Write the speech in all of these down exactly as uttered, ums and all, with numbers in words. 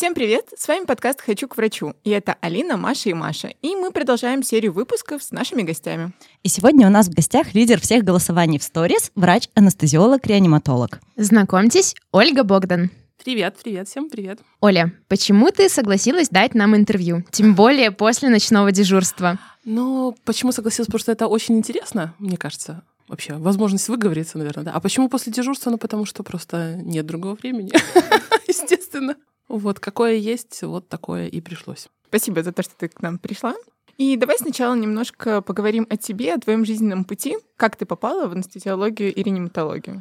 Всем привет! С вами подкаст «Хочу к врачу». И это Алина, Маша и Маша. И мы продолжаем серию выпусков с нашими гостями. И сегодня у нас в гостях лидер всех голосований в сторис, врач-анестезиолог-реаниматолог. Знакомьтесь, Ольга Богдан. Привет, привет, всем привет. Оля, почему ты согласилась дать нам интервью? Тем более после ночного дежурства. Ну, почему согласилась? Потому что это очень интересно, мне кажется. Вообще, возможность выговориться, наверное, да. А почему после дежурства? Ну, потому что просто нет другого времени, естественно. Вот, какое есть, вот такое и пришлось. Спасибо за то, что ты к нам пришла. И давай сначала немножко поговорим о тебе, о твоем жизненном пути. Как ты попала в анестезиологию и реаниматологию?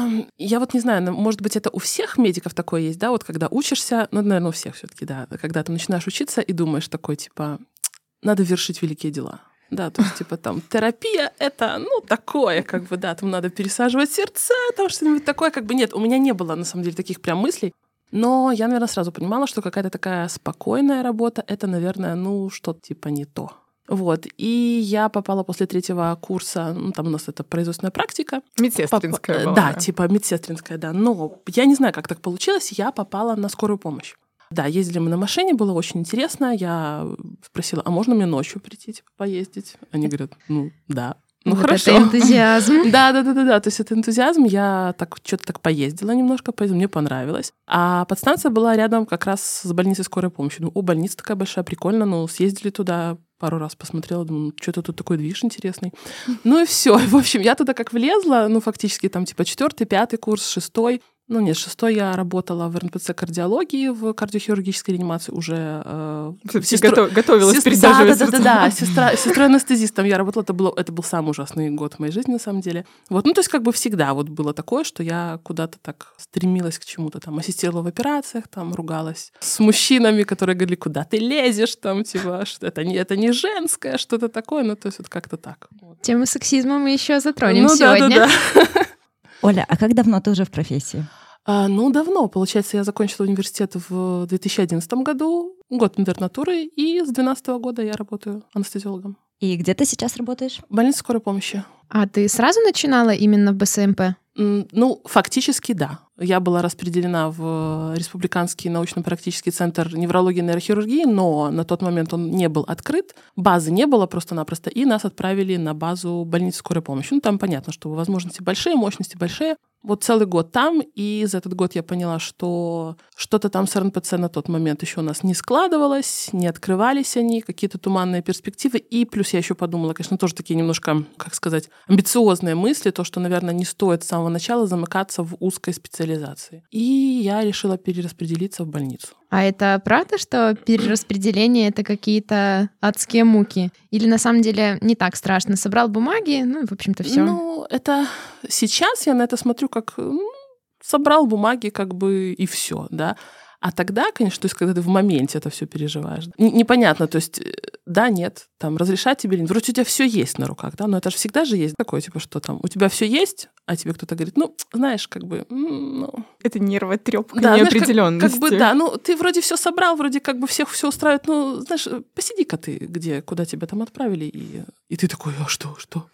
Я вот не знаю, может быть, это у всех медиков такое есть, да, вот когда учишься, ну, наверное, у всех все-таки, да, когда ты начинаешь учиться и думаешь такой, типа, надо вершить великие дела. Да, то есть, типа, там, терапия — это, ну, такое, как бы, да, там надо пересаживать сердца, там что-нибудь такое, как бы, нет, у меня не было, на самом деле, таких прям мыслей. Но я, наверное, сразу понимала, что какая-то такая спокойная работа — это, наверное, ну, что-то типа не то. Вот. И я попала после третьего курса, ну, там у нас это производственная практика. Медсестринская Поп... была. Да, типа медсестринская, да. Но я не знаю, как так получилось, я попала на скорую помощь. Да, ездили мы на машине, было очень интересно. Я спросила, а можно мне ночью прийти, типа, поездить? Они говорят, ну, да. Ну, вот хорошо. Это энтузиазм. Да, да, да, да, да. То есть это энтузиазм. Я так что-то так поездила немножко, поездила, мне понравилось. А подстанция была рядом как раз с больницей скорой помощи. Ну, о, больница такая большая, прикольно. Ну, съездили туда, пару раз посмотрела, думаю, что-то тут такой движ интересный. Ну и все. В общем, я туда как влезла, ну, фактически там типа четвертый, пятый курс, шестой. Ну, нет, шестой я работала в эр эн пэ цэ кардиологии, в кардиохирургической реанимации уже. Э, сестру... готов, готовилась сестр... пересаживать да, да, да, да, да. Сестра... Сестрой анестезистом я работала. Это, было... это был самый ужасный год в моей жизни, на самом деле. Вот. Ну, то есть как бы всегда вот было такое, что я куда-то так стремилась к чему-то. Там ассистировала в операциях, там ругалась с мужчинами, которые говорили, куда ты лезешь, там, типа, что это не, это не женское, что-то такое. Ну, то есть вот как-то так. Вот. Тему сексизма мы еще затронем ну, сегодня. Да, да, да. Оля, а как давно ты уже в профессии? А, ну, давно. Получается, я закончила университет в две тысячи одиннадцатом году, год интернатуры, и с две тысячи двенадцатого года я работаю анестезиологом. И где ты сейчас работаешь? В больнице скорой помощи. А ты сразу начинала именно в бэ эс эм пэ? Ну, фактически, да. Я была распределена в Республиканский научно-практический центр неврологии и нейрохирургии, но на тот момент он не был открыт, базы не было просто-напросто, и нас отправили на базу больницы скорой помощи. Ну, там понятно, что возможности большие, мощности большие. Вот целый год там, и за этот год я поняла, что что-то там с эр эн пэ цэ на тот момент еще у нас не складывалось, не открывались они, какие-то туманные перспективы. И плюс я еще подумала, конечно, тоже такие немножко, как сказать, амбициозные мысли, то, что, наверное, не стоит с самого начала замыкаться в узкой специализации. И я решила перераспределиться в больницу. А это правда, что перераспределение — это какие-то адские муки? Или на самом деле не так страшно? Собрал бумаги, ну и, в общем-то, все. Ну, это сейчас я на это смотрю как ну, собрал бумаги, как бы и все, да. А тогда, конечно, то есть, когда ты в моменте это все переживаешь, непонятно, то есть, да, нет, там, разрешать тебе, вроде у тебя все есть на руках, да, но это же всегда же есть такое, типа, что там, у тебя все есть, а тебе кто-то говорит, ну, знаешь, как бы, ну... Это нервотрепка да, неопределенности. Как, как бы, да, ну, ты вроде все собрал, вроде как бы всех все устраивает, ну, знаешь, посиди-ка ты, где, куда тебя там отправили, и, и ты такой, а что, что?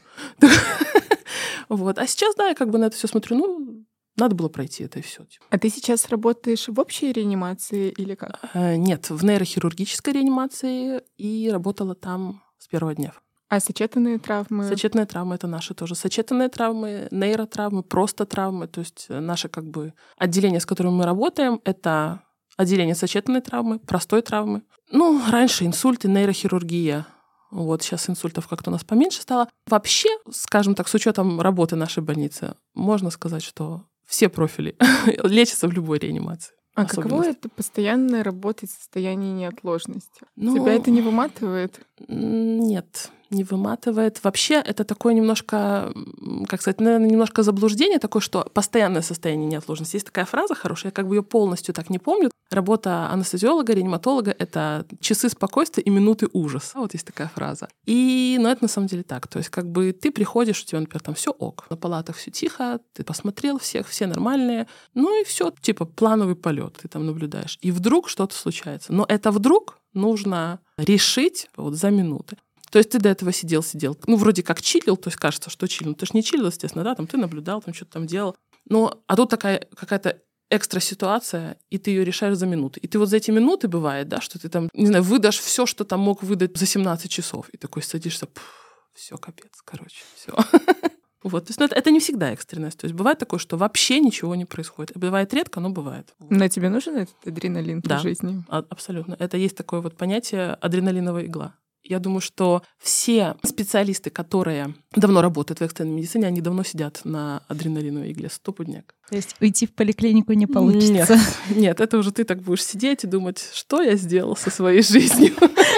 Вот, а сейчас, да, я как бы на это все смотрю, ну, надо было пройти это и все. А ты сейчас работаешь в общей реанимации или как? Нет, в нейрохирургической реанимации, и работала там с первого дня. А сочетанные травмы? Сочетанные травмы — это наши тоже. Сочетанные травмы, нейротравмы, просто травмы. То есть наше как бы отделение, с которым мы работаем, это отделение сочетанной травмы, простой травмы. Ну, раньше инсульты, нейрохирургия. Вот сейчас инсультов как-то у нас поменьше стало. Вообще, скажем так, с учетом работы нашей больницы, можно сказать, что все профили лечатся в любой реанимации. А каково это постоянно работать в состоянии неотложности? Ну, тебя это не выматывает? Нет, не выматывает. Вообще это такое немножко, как сказать, наверное, немножко заблуждение такое, что постоянное состояние неотложности. Есть такая фраза хорошая, я как бы ее полностью так не помню. Работа анестезиолога, реаниматолога — это часы спокойствия и минуты ужаса. Вот есть такая фраза. И, ну, это на самом деле так. То есть как бы ты приходишь, у тебя, например, там все ок. На палатах все тихо, ты посмотрел всех, все нормальные. Ну и все, типа плановый полет ты там наблюдаешь. И вдруг что-то случается. Но это вдруг нужно решить вот за минуты. То есть ты до этого сидел-сидел, ну, вроде как чилил, то есть кажется, что чилил. Ты же не чилил, естественно, да, там ты наблюдал, там что-то там делал. Но, а тут такая какая-то экстра ситуация, и ты ее решаешь за минуты. И ты вот за эти минуты бывает, да, что ты там, не знаю, выдашь все, что там мог выдать за семнадцать часов. И такой садишься, все, капец, короче, все. Вот, то есть, ну, это, это не всегда экстренность. То есть бывает такое, что вообще ничего не происходит. Бывает редко, но бывает. Но тебе нужен этот адреналин да, в жизни? А- абсолютно. Это есть такое вот понятие адреналиновая игла. Я думаю, что все специалисты, которые давно работают в экстренной медицине, они давно сидят на адреналиновой игле, стопудняк. То есть уйти в поликлинику не получится? Нет, нет, это уже ты так будешь сидеть и думать, что я сделал со своей жизнью.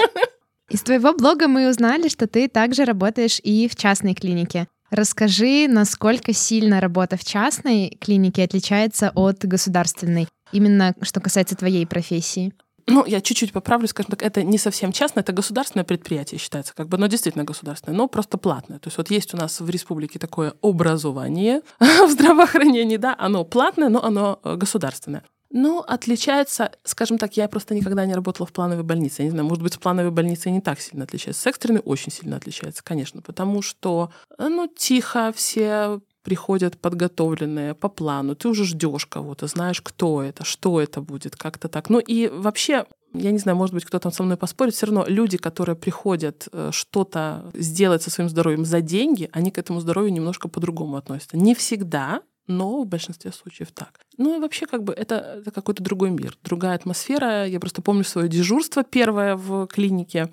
Из твоего блога мы узнали, что ты также работаешь и в частной клинике. Расскажи, насколько сильно работа в частной клинике отличается от государственной, именно что касается твоей профессии. Ну, я чуть-чуть поправлю, скажем так, это не совсем частное, это государственное предприятие считается, как бы, но действительно государственное, но просто платное. То есть вот есть у нас в республике такое образование в здравоохранении, да, оно платное, но оно государственное. Ну, отличается, скажем так, я просто никогда не работала в плановой больнице. Я не знаю, может быть, в плановой больнице не так сильно отличается. С экстренной очень сильно отличается, конечно, потому что, ну, тихо, все приходят подготовленные по плану. Ты уже ждешь кого-то, знаешь, кто это, что это будет, как-то так. Ну и вообще, я не знаю, может быть, кто там со мной поспорит, все равно люди, которые приходят что-то сделать со своим здоровьем за деньги, они к этому здоровью немножко по-другому относятся. Не всегда, но в большинстве случаев так. Ну и вообще как бы это, это какой-то другой мир, другая атмосфера. Я просто помню свое дежурство первое в клинике.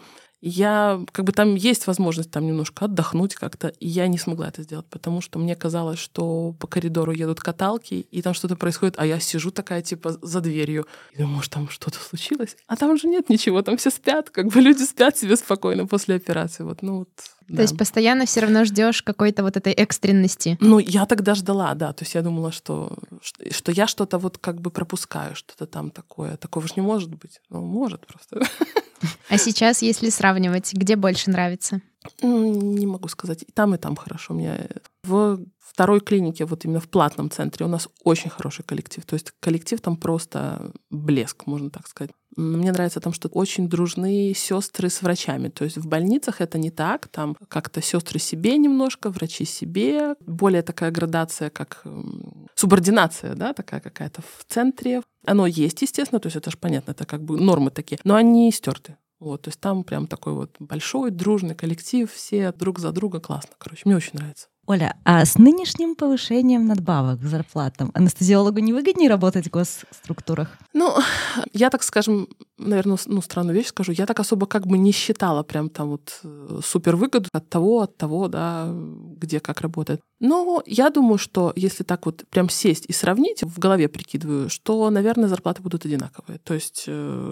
Я, как бы там есть возможность там немножко отдохнуть как-то, и я не смогла это сделать, потому что мне казалось, что по коридору едут каталки, и там что-то происходит, а я сижу такая, типа, за дверью. И думаю, может, там что-то случилось? А там же нет ничего, там все спят, как бы люди спят себе спокойно после операции. Вот, ну вот. То Да. есть постоянно все равно ждешь какой-то вот этой экстренности. Ну, я тогда ждала, да. То есть я думала, что, что я что-то вот как бы пропускаю, что-то там такое. Такого же не может быть. Ну, может просто. А сейчас, если сравнивать, где больше нравится? Не могу сказать. И там, и там хорошо. Мне в второй клинике, вот именно в платном центре, у нас очень хороший коллектив. То есть коллектив там просто блеск, можно так сказать. Мне нравится там, что очень дружны сестры с врачами. То есть в больницах это не так. Там как-то сестры себе немножко, врачи себе. Более такая градация, как субординация, да, такая какая-то в центре. Оно есть, естественно, то есть это же понятно, это как бы нормы такие, но они стерты. Вот, то есть там прям такой вот большой, дружный коллектив, все друг за друга, классно, короче, мне очень нравится. Оля, а с нынешним повышением надбавок к зарплатам анестезиологу не выгоднее работать в госструктурах? Ну, я так, скажем, наверное, ну, странную вещь скажу, я так особо как бы не считала прям там вот супер выгоду от того, от того, да, где как работает. Но я думаю, что если так вот прям сесть и сравнить, в голове прикидываю, что, наверное, зарплаты будут одинаковые. То есть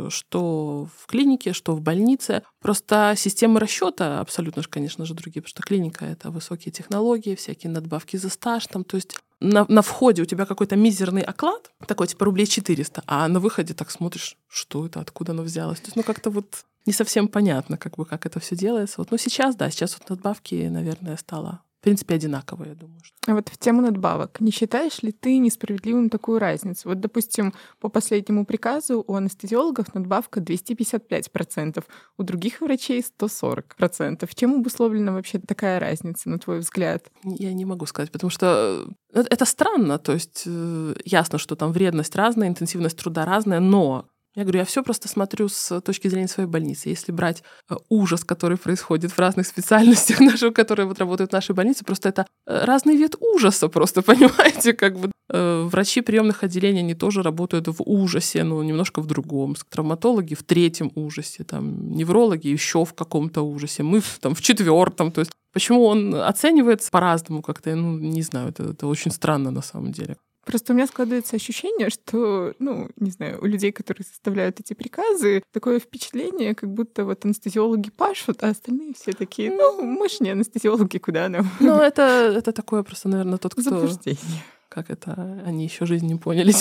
что в клинике, что в больнице. Просто системы расчета абсолютно же, конечно же, другие, потому что клиника — это высокие технологии, всякие надбавки за стаж, там, то есть на, на входе у тебя какой-то мизерный оклад, такой типа рублей четыреста, а на выходе так смотришь, что это, откуда оно взялось. То есть, ну, как-то вот не совсем понятно, как бы, как это все делается. Вот, ну, сейчас, да, сейчас вот надбавки, наверное, стало, в принципе, одинаково, я думаю. Что... А вот в тему надбавок. Не считаешь ли ты несправедливым такую разницу? Вот, допустим, по последнему приказу у анестезиологов надбавка двести пятьдесят пять процентов, у других врачей сто сорок процентов. Чем обусловлена вообще такая разница, на твой взгляд? Я не могу сказать, потому что это странно. То есть ясно, что там вредность разная, интенсивность труда разная, но... Я говорю, я все просто смотрю с точки зрения своей больницы. Если брать ужас, который происходит в разных специальностях, нашего, которые вот работают в нашей больнице, просто это разный вид ужаса, просто понимаете, как бы врачи приемных отделений, они тоже работают в ужасе, но немножко в другом. Травматологи в третьем ужасе, там неврологи еще в каком-то ужасе, мы там в четвертом. То есть почему он оценивается по-разному как-то, ну не знаю, это, это очень странно на самом деле. Просто у меня складывается ощущение, что, ну, не знаю, у людей, которые составляют эти приказы, такое впечатление, как будто вот анестезиологи пашут, а остальные все такие, ну, мы ж не анестезиологи, куда нам? Ну, это, это такое просто, наверное, тот, кто... Заблуждение. Как это? Они еще жизнь не поняли.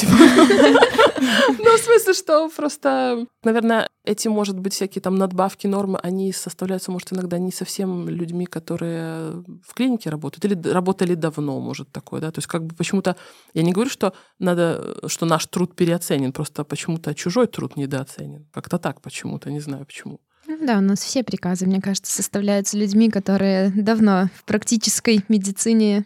Ну, в смысле, что просто, наверное, эти, может быть, всякие там надбавки, нормы, они составляются, может, иногда не совсем людьми, которые в клинике работают или работали давно, может, такое, да. То есть как бы почему-то... Я не говорю, что надо, что наш труд переоценен, просто почему-то чужой труд недооценен. Как-то так почему-то, не знаю почему. Да, у нас все приказы, мне кажется, составляются людьми, которые давно в практической медицине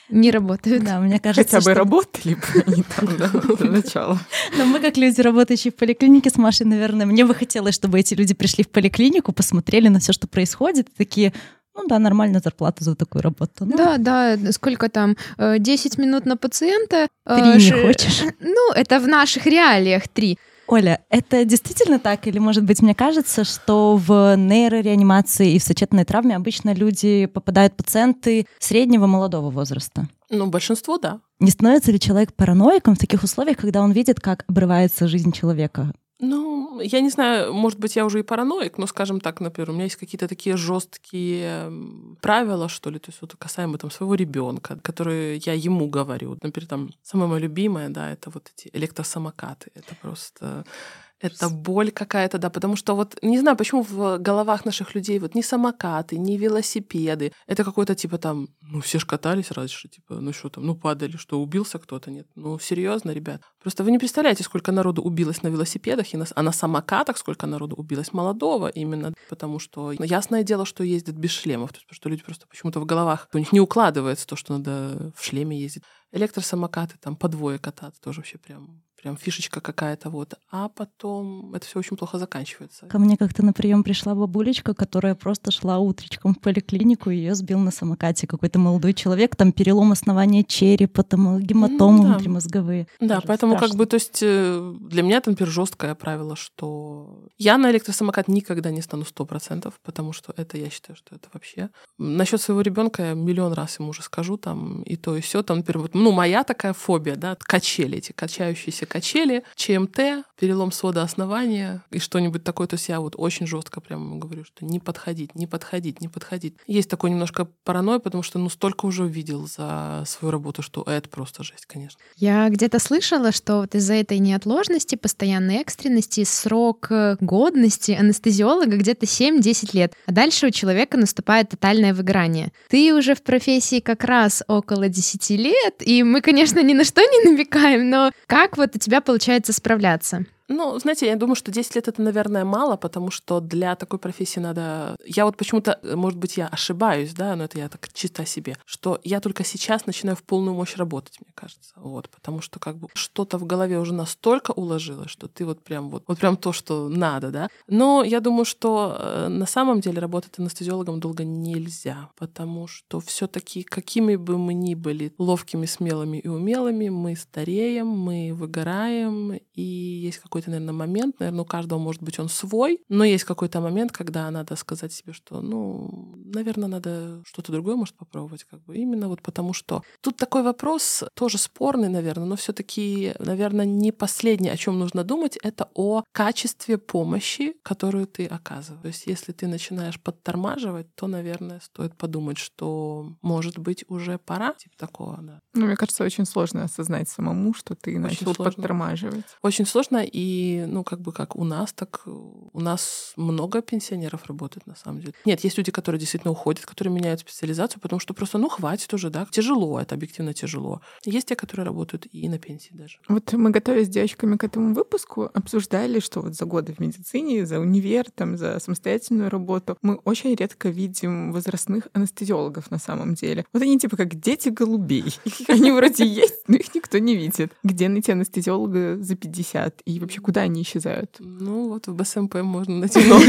не работают. Да, мне кажется, Хотя бы что... работали бы они там, да, для начала. Но мы, как люди, работающие в поликлинике с Машей, наверное, мне бы хотелось, чтобы эти люди пришли в поликлинику, посмотрели на все, что происходит, и такие... Ну да, нормальная зарплата за такую работу. Ну, Да, да, сколько там, э, десять минут на пациента. Три э, не ш- хочешь? Ну, это в наших реалиях три. Оля, это действительно так? Или, может быть, мне кажется, что в нейрореанимации и в сочетанной травме обычно люди попадают пациенты среднего молодого возраста? Ну, большинство, да. Не становится ли человек параноиком в таких условиях, когда он видит, как обрывается жизнь человека? Ну, я не знаю, может быть, я уже и параноик, но, скажем так, например, у меня есть какие-то такие жесткие правила, что ли, то есть вот касаемо там своего ребенка, которые я ему говорю. Например, там самое мое любимое, да, это вот эти электросамокаты. Это просто... Это боль какая-то, да, потому что вот не знаю, почему в головах наших людей вот ни самокаты, ни велосипеды. Это какой-то типа там, ну все ж катались раньше, типа, ну что там, ну падали, что убился кто-то, нет. Ну серьезно, ребят. Просто вы не представляете, сколько народу убилось на велосипедах, и на, а на самокатах сколько народу убилось молодого именно, потому что ну, ясное дело, что ездят без шлемов, то есть, потому что люди просто почему-то в головах, у них не укладывается то, что надо в шлеме ездить. Электросамокаты, там по двое кататься, тоже вообще прям, прям фишечка какая-то вот. А потом это все очень плохо заканчивается. Ко мне как-то на прием пришла бабулечка, которая просто шла утречком в поликлинику, и ее сбил на самокате какой-то молодой человек, там перелом основания черепа, там гематомы Ну, да. внутримозговые. Да, Тоже поэтому страшно. как бы, то есть э, для меня это, например, жесткое правило, что я на электросамокат никогда не стану сто процентов, потому что это, я считаю, что это вообще. Насчет своего ребенка я миллион раз ему уже скажу, там, и то, и все, там, например, вот, ну, моя такая фобия, да, качели, эти качающиеся качели, ЧМТ, перелом свода основания и что-нибудь такое. То есть я вот очень жестко прямо ему говорю, что не подходить, не подходить, не подходить. Есть такой немножко паранойя, потому что, ну, столько уже увидел за свою работу, что это просто жесть, конечно. Я где-то слышала, что вот из-за этой неотложности, постоянной экстренности срок годности анестезиолога где-то семь-десять лет, а дальше у человека наступает тотальное выгорание. Ты уже в профессии как раз около десяти лет, и мы, конечно, ни на что не намекаем, но как вот у тебя получается справляться? Ну, знаете, я думаю, что десять лет — это, наверное, мало, потому что для такой профессии надо... Я вот почему-то, может быть, я ошибаюсь, да, но это я так чисто о себе, что я только сейчас начинаю в полную мощь работать, мне кажется. Вот, потому что как бы что-то в голове уже настолько уложилось, что ты вот прям вот, вот прям то, что надо, да. Но я думаю, что э, на самом деле работать анестезиологом долго нельзя, потому что все-таки какими бы мы ни были ловкими, смелыми и умелыми, мы стареем, мы выгораем, и есть какой-то, наверное, момент, наверное, у каждого, может быть, он свой, но есть какой-то момент, когда надо сказать себе, что, ну, наверное, надо что-то другое, может, попробовать, как бы именно вот потому что тут такой вопрос тоже спорный, наверное, но все-таки, наверное, не последнее, о чем нужно думать, это о качестве помощи, которую ты оказываешь. То есть, если ты начинаешь подтормаживать, то, наверное, стоит подумать, что, может быть, уже пора, типа такого, да. Ну, мне кажется, очень сложно осознать самому, что ты начал сложно. подтормаживать. Очень сложно, и, ну, как бы как у нас, так у нас много пенсионеров работает, на самом деле. Нет, есть люди, которые действительно уходят, которые меняют специализацию, потому что просто, ну, хватит уже, да, тяжело, это объективно тяжело. Есть те, которые работают и на пенсии даже. Вот мы, готовясь с девочками к этому выпуску, обсуждали, что вот за годы в медицине, за универ, там, за самостоятельную работу мы очень редко видим возрастных анестезиологов на самом деле. Вот они типа как дети голубей. Они вроде есть, но их никто не видит. Где найти анестезиолога за пятьдесят? И вообще, куда они исчезают? Ну, вот в БСМП можно найти много.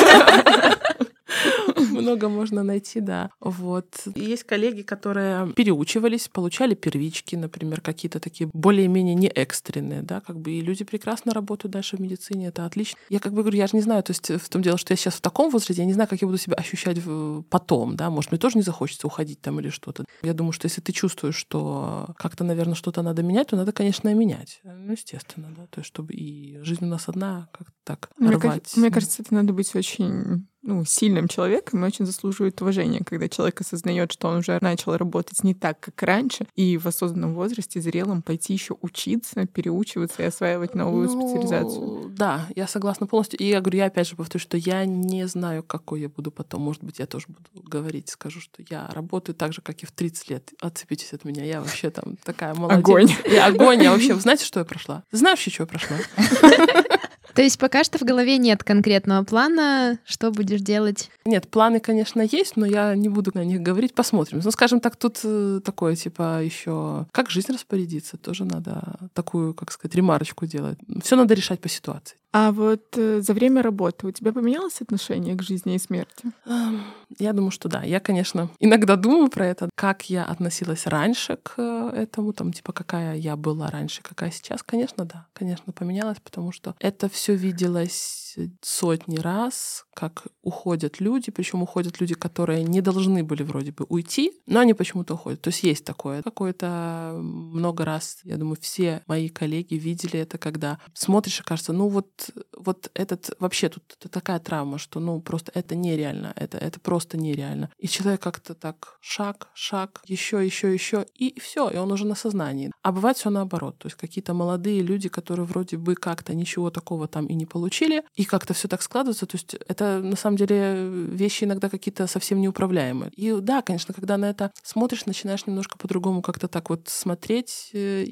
Много можно найти, да. Вот. И есть коллеги, которые переучивались, получали первички, например, какие-то такие более-менее не экстренные, да, как бы, и люди прекрасно работают дальше в медицине, это отлично. Я как бы говорю, я же не знаю, то есть в том дело, что я сейчас в таком возрасте, я не знаю, как я буду себя ощущать потом, да, может, мне тоже не захочется уходить там или что-то. Я думаю, что если ты чувствуешь, что как-то, наверное, что-то надо менять, то надо, конечно, менять. Ну, естественно, да, то есть чтобы и жизнь у нас одна, как-то так Мне, рвать. кажется, мне кажется, это надо быть очень ну, сильным человеком и очень заслуживает уважения, когда человек осознает, что он уже начал работать не так, как раньше, и в осознанном возрасте, зрелом, пойти еще учиться, переучиваться и осваивать новую ну, специализацию. Да, я согласна полностью. И я говорю, я опять же повторю, что я не знаю, какой я буду потом. Может быть, я тоже буду говорить, скажу, что я работаю так же, как и в тридцать лет. Отцепитесь от меня, я вообще там такая молодец. Огонь. Я огонь. Я вообще, вы знаете, что я прошла? Знаешь, что я прошла? То есть пока что в голове нет конкретного плана, что будешь делать? Нет, планы, конечно, есть, но я не буду на них говорить, посмотрим. Ну, скажем так, тут такое, типа, еще как жизнь распорядиться, тоже надо такую, как сказать, ремарочку делать. Все надо решать по ситуации. А вот э, за время работы у тебя поменялось отношение к жизни и смерти? Я думаю, что да. Я, конечно, иногда думаю про это, как я относилась раньше к этому, там, типа, какая я была раньше, какая сейчас. Конечно, да, конечно, поменялось, потому что это все виделось сотни раз, как уходят люди, причем уходят люди, которые не должны были вроде бы уйти, но они почему-то уходят. То есть есть такое. Какое-то много раз, я думаю, все мои коллеги видели это, когда смотришь и кажется, ну вот вот этот вообще тут такая травма, что ну просто это нереально, это, это просто нереально. И человек как-то так шаг, шаг, еще, еще, еще, и все, и он уже на сознании. А бывает все наоборот. То есть какие-то молодые люди, которые вроде бы как-то ничего такого там и не получили, и как-то все так складывается. То есть это на самом деле вещи иногда какие-то совсем неуправляемые. И да, конечно, когда на это смотришь, начинаешь немножко по-другому как-то так вот смотреть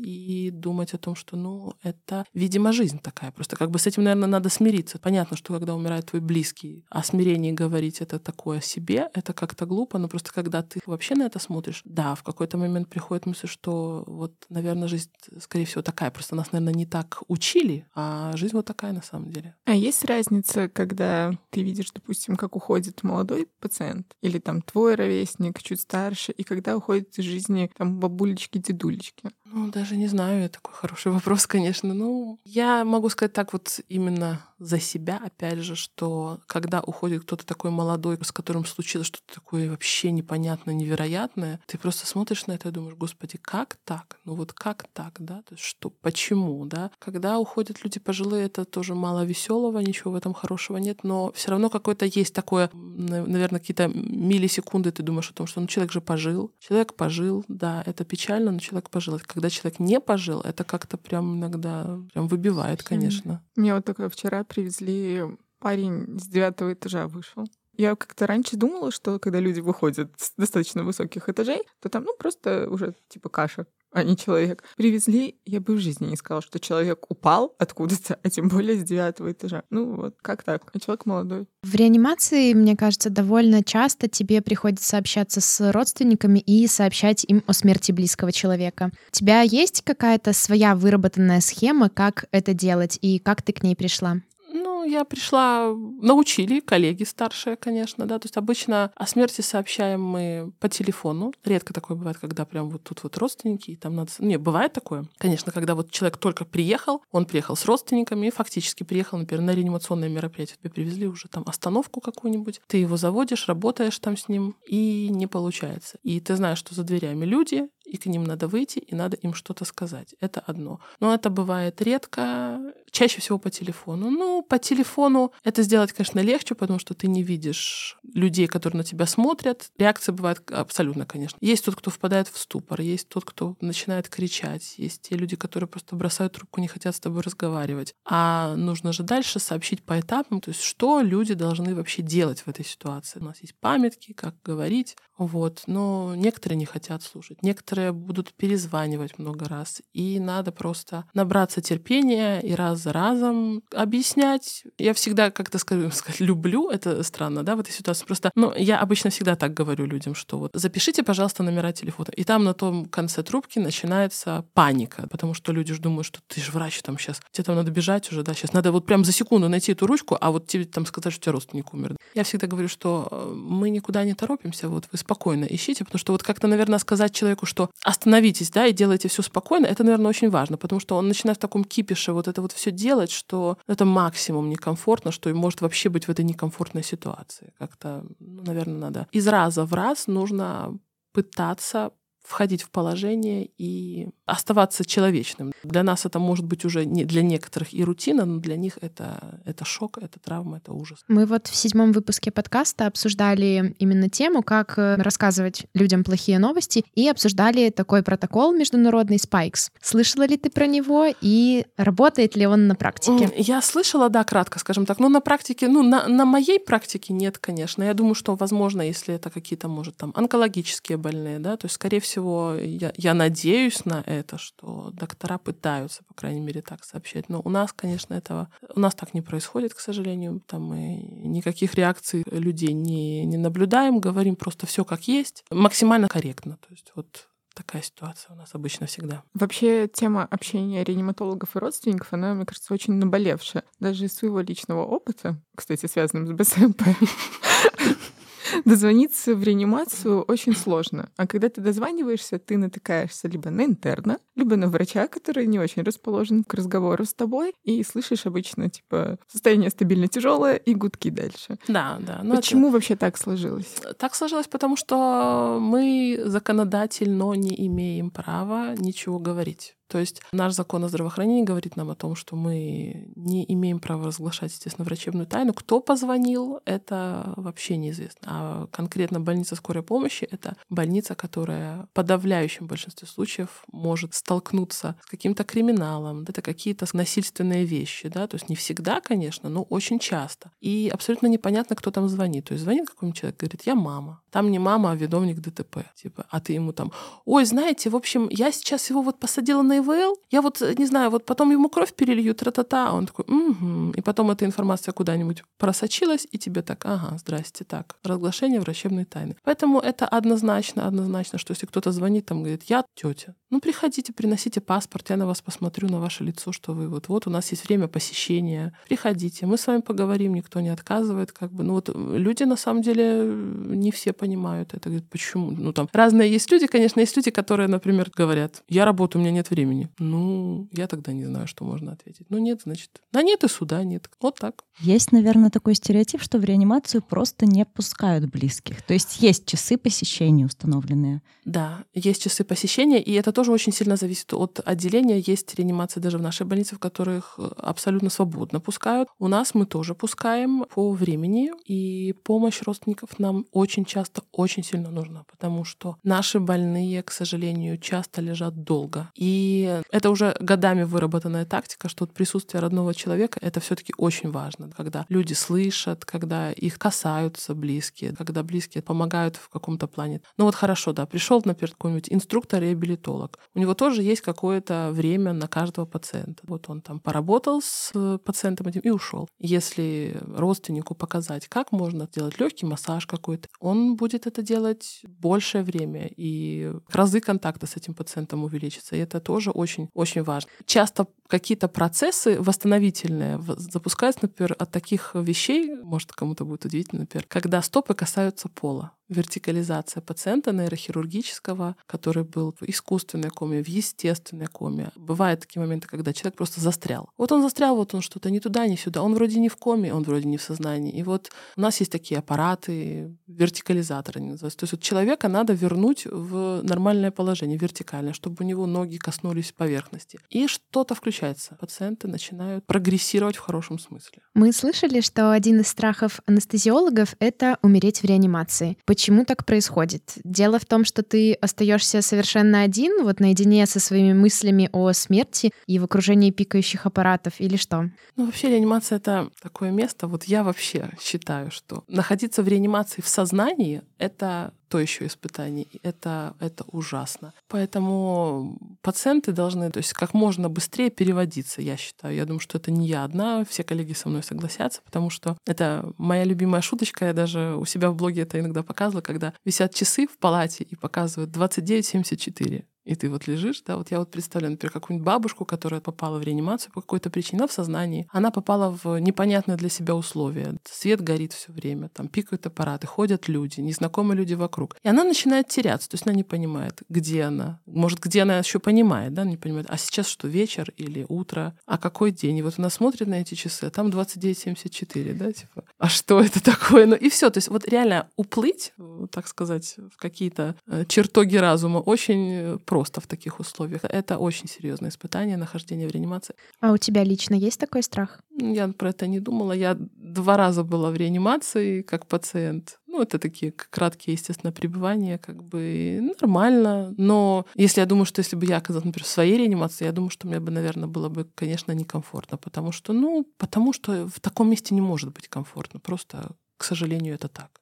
и думать о том, что ну это, видимо, жизнь такая. Просто как бы с этим, наверное, надо смириться. Понятно, что когда умирает твой близкий, о смирении говорить это такое себе, это как-то глупо, но просто когда ты вообще на это смотришь, да, в какой-то момент приходит мысль, что вот, наверное, жизнь, скорее всего, такая. Просто нас, наверное, не так учили, а жизнь вот такая на самом деле. А есть разница, когда ты видишь, допустим, как уходит молодой пациент или там твой ровесник, чуть старше, и когда уходит из жизни там бабулечки, дедулечки? Ну, даже не знаю, это такой хороший вопрос, конечно. Ну, я могу сказать так вот именно за себя, опять же, что когда уходит кто-то такой молодой, с которым случилось что-то такое вообще непонятное, невероятное, ты просто смотришь на это и думаешь, господи, как так? Ну вот как так, да? То есть что, почему, да? Когда уходят люди пожилые, это тоже мало веселого, ничего в этом хорошего нет, но все равно какое-то есть такое, наверное, какие-то миллисекунды ты думаешь о том, что ну человек же пожил, человек пожил, да, это печально, но человек пожил. Когда человек не пожил, это как-то прям иногда прям выбивает, конечно. Мне вот только вчера привезли, парень с девятого этажа вышел. Я как-то раньше думала, что когда люди выходят с достаточно высоких этажей, то там, ну, просто уже типа каша, а не человек. Привезли, я бы в жизни не сказала, что человек упал откуда-то, а тем более с девятого этажа. Ну вот, как так? А человек молодой. В реанимации, мне кажется, довольно часто тебе приходится общаться с родственниками и сообщать им о смерти близкого человека. У тебя есть какая-то своя выработанная схема, как это делать, и как ты к ней пришла? Ну, я пришла, научили коллеги старшие, конечно, да, то есть обычно о смерти сообщаем мы по телефону. Редко такое бывает, когда прям вот тут вот родственники, и там надо... Не, бывает такое, конечно, когда вот человек только приехал, он приехал с родственниками и фактически приехал, например, на реанимационное мероприятие, тебе привезли уже там остановку какую-нибудь, ты его заводишь, работаешь там с ним, и не получается. И ты знаешь, что за дверями люди, и к ним надо выйти, и надо им что-то сказать. Это одно. Но это бывает редко, чаще всего по телефону. Ну, по телефону это сделать, конечно, легче, потому что ты не видишь людей, которые на тебя смотрят. Реакция бывает абсолютно, конечно. Есть тот, кто впадает в ступор, есть тот, кто начинает кричать, есть те люди, которые просто бросают трубку, не хотят с тобой разговаривать. А нужно же дальше сообщить по этапам, то есть что люди должны вообще делать в этой ситуации. У нас есть памятки, как говорить, вот. Но некоторые не хотят слушать, некоторые будут перезванивать много раз. И надо просто набраться терпения и раз за разом объяснять. Я всегда, как-то скажу, сказать, люблю, это странно, да, в этой ситуации. Просто, ну, я обычно всегда так говорю людям, что вот запишите, пожалуйста, номера телефона. И там на том конце трубки начинается паника, потому что люди же думают, что ты же врач, там сейчас, тебе там надо бежать уже, да, сейчас надо вот прям за секунду найти эту ручку, а вот тебе там сказать, что у тебя родственник умер. Я всегда говорю, что мы никуда не торопимся, вот вы спокойно ищите, потому что вот как-то, наверное, сказать человеку, что остановитесь, да, и делайте все спокойно, это, наверное, очень важно, потому что он начинает в таком кипише вот это вот все делать, что это максимум некомфортно, что и может вообще быть в этой некомфортной ситуации. Как-то, ну, наверное, надо из раза в раз нужно пытаться входить в положение и оставаться человечным. Для нас это может быть уже не для некоторых и рутина, но для них это, это шок, это травма, это ужас. Мы вот в седьмом выпуске подкаста обсуждали именно тему, как рассказывать людям плохие новости, и обсуждали такой протокол международный спайкс. Слышала ли ты про него и работает ли он на практике? Я слышала, да, кратко, скажем так, но на практике, ну, на, на моей практике нет, конечно. Я думаю, что, возможно, если это какие-то, может, там, онкологические больные, да, то есть, скорее всего, всего, я, я надеюсь на это, что доктора пытаются, по крайней мере, так сообщать. Но у нас, конечно, этого... У нас так не происходит, к сожалению. Там мы никаких реакций людей не, не наблюдаем, говорим просто все как есть, максимально корректно. То есть вот такая ситуация у нас обычно всегда. Вообще тема общения реаниматологов и родственников, она, мне кажется, очень наболевшая. Даже из своего личного опыта, кстати, связанным с бэ эс эм пэ, дозвониться в реанимацию очень сложно. А когда ты дозваниваешься, ты натыкаешься либо на интерна, либо на врача, который не очень расположен к разговору с тобой, и слышишь обычно, типа, состояние стабильно тяжелое и гудки дальше. Да, да. Почему это... вообще так сложилось? Так сложилось, потому что мы законодательно не имеем права ничего говорить. То есть наш закон о здравоохранении говорит нам о том, что мы не имеем права разглашать, естественно, врачебную тайну. Кто позвонил, это вообще неизвестно. А конкретно больница скорой помощи — это больница, которая в подавляющем большинстве случаев может столкнуться с каким-то криминалом, это какие-то насильственные вещи, да, то есть не всегда, конечно, но очень часто. И абсолютно непонятно, кто там звонит. То есть звонит какой-нибудь человек, говорит: я мама. Там не мама, а ведомник дэ тэ пэ. Типа, а ты ему там: ой, знаете, в общем, я сейчас его вот посадила на и вэ эл, я вот, не знаю, вот потом ему кровь перелью, тра-та-та, а он такой: угу. И потом эта информация куда-нибудь просочилась, и тебе так: ага, здрасте, так, разглашение врачебной тайны. Поэтому это однозначно, однозначно, что если кто-то звонит, там говорит: я тетя, ну приходите, приносите паспорт, я на вас посмотрю, на ваше лицо, что вы вот, вот у нас есть время посещения, приходите, мы с вами поговорим, никто не отказывает, как бы, ну вот люди на самом деле не все понимают это, говорят: почему? Ну там разные есть люди, конечно, есть люди, которые, например, говорят: я работаю, у меня нет времени. Ну, я тогда не знаю, что можно ответить. Ну, нет, значит, да нет и суда нет. Вот так. Есть, наверное, такой стереотип, что в реанимацию просто не пускают близких. То есть есть часы посещения установленные. Да, есть часы посещения, и это тоже очень сильно зависит от отделения. Есть реанимации даже в нашей больнице, в которых абсолютно свободно пускают. У нас мы тоже пускаем по времени, и помощь родственников нам очень часто очень сильно нужна, потому что наши больные, к сожалению, часто лежат долго. И это уже годами выработанная тактика, что присутствие родного человека — это все-таки очень важно. Когда люди слышат, когда их касаются близкие, когда близкие помогают в каком-то плане. Ну вот хорошо, да, пришел, например, какой-нибудь инструктор-реабилитолог. У него тоже есть какое-то время на каждого пациента. Вот он там поработал с пациентом этим и ушел. Если родственнику показать, как можно сделать легкий массаж какой-то, он будет это делать большее время, и разы контакта с этим пациентом увеличится. И это тоже очень-очень важно. Часто какие-то процессы восстановительные запускаются, например, от таких вещей, может, кому-то будет удивительно, например, когда стопы касаются пола. Вертикализация пациента нейрохирургического, который был в искусственной коме, в естественной коме. Бывают такие моменты, когда человек просто застрял. Вот он застрял, вот он что-то ни туда, ни сюда. Он вроде не в коме, он вроде не в сознании. И вот у нас есть такие аппараты, вертикализаторы они называются. То есть вот человека надо вернуть в нормальное положение, вертикальное, чтобы у него ноги коснулись поверхности. И что-то включается. Пациенты начинают прогрессировать в хорошем смысле. Мы слышали, что один из страхов анестезиологов — это умереть в реанимации. Почему так происходит? Дело в том, что ты остаешься совершенно один, вот наедине со своими мыслями о смерти и в окружении пикающих аппаратов, или что? Ну, вообще реанимация — это такое место. Вот я вообще считаю, что находиться в реанимации в сознании — это то еще испытание. Это, это ужасно. Поэтому пациенты должны, то есть как можно быстрее переводиться, я считаю. Я думаю, что это не я одна, все коллеги со мной согласятся, потому что это моя любимая шуточка. Я даже у себя в блоге это иногда показывала, когда висят часы в палате и показывают двадцать девять семьдесят четыре. И ты вот лежишь, да, вот я вот представляю, например, какую-нибудь бабушку, которая попала в реанимацию по какой-то причине, она в сознании, она попала в непонятные для себя условия. Свет горит все время, там пикают аппараты, ходят люди, незнакомые люди вокруг. И она начинает теряться, то есть она не понимает, где она. Может, где она еще понимает, да, не понимает, а сейчас что, вечер или утро, а какой день? И вот она смотрит на эти часы, а там двадцать девять семьдесят четыре, да, типа, а что это такое? Ну и все, то есть вот реально уплыть, так сказать, в какие-то чертоги разума очень просто. Просто в таких условиях. Это очень серьезное испытание, нахождение в реанимации. А у тебя лично есть такой страх? Я про это не думала. Я два раза была в реанимации как пациент. Ну, это такие краткие, естественно, пребывания, как бы нормально. Но если я думаю, что если бы я оказалась, например, в своей реанимации, я думаю, что мне бы, наверное, было бы, конечно, некомфортно, потому что, ну, потому что в таком месте не может быть комфортно. Просто, к сожалению, это так.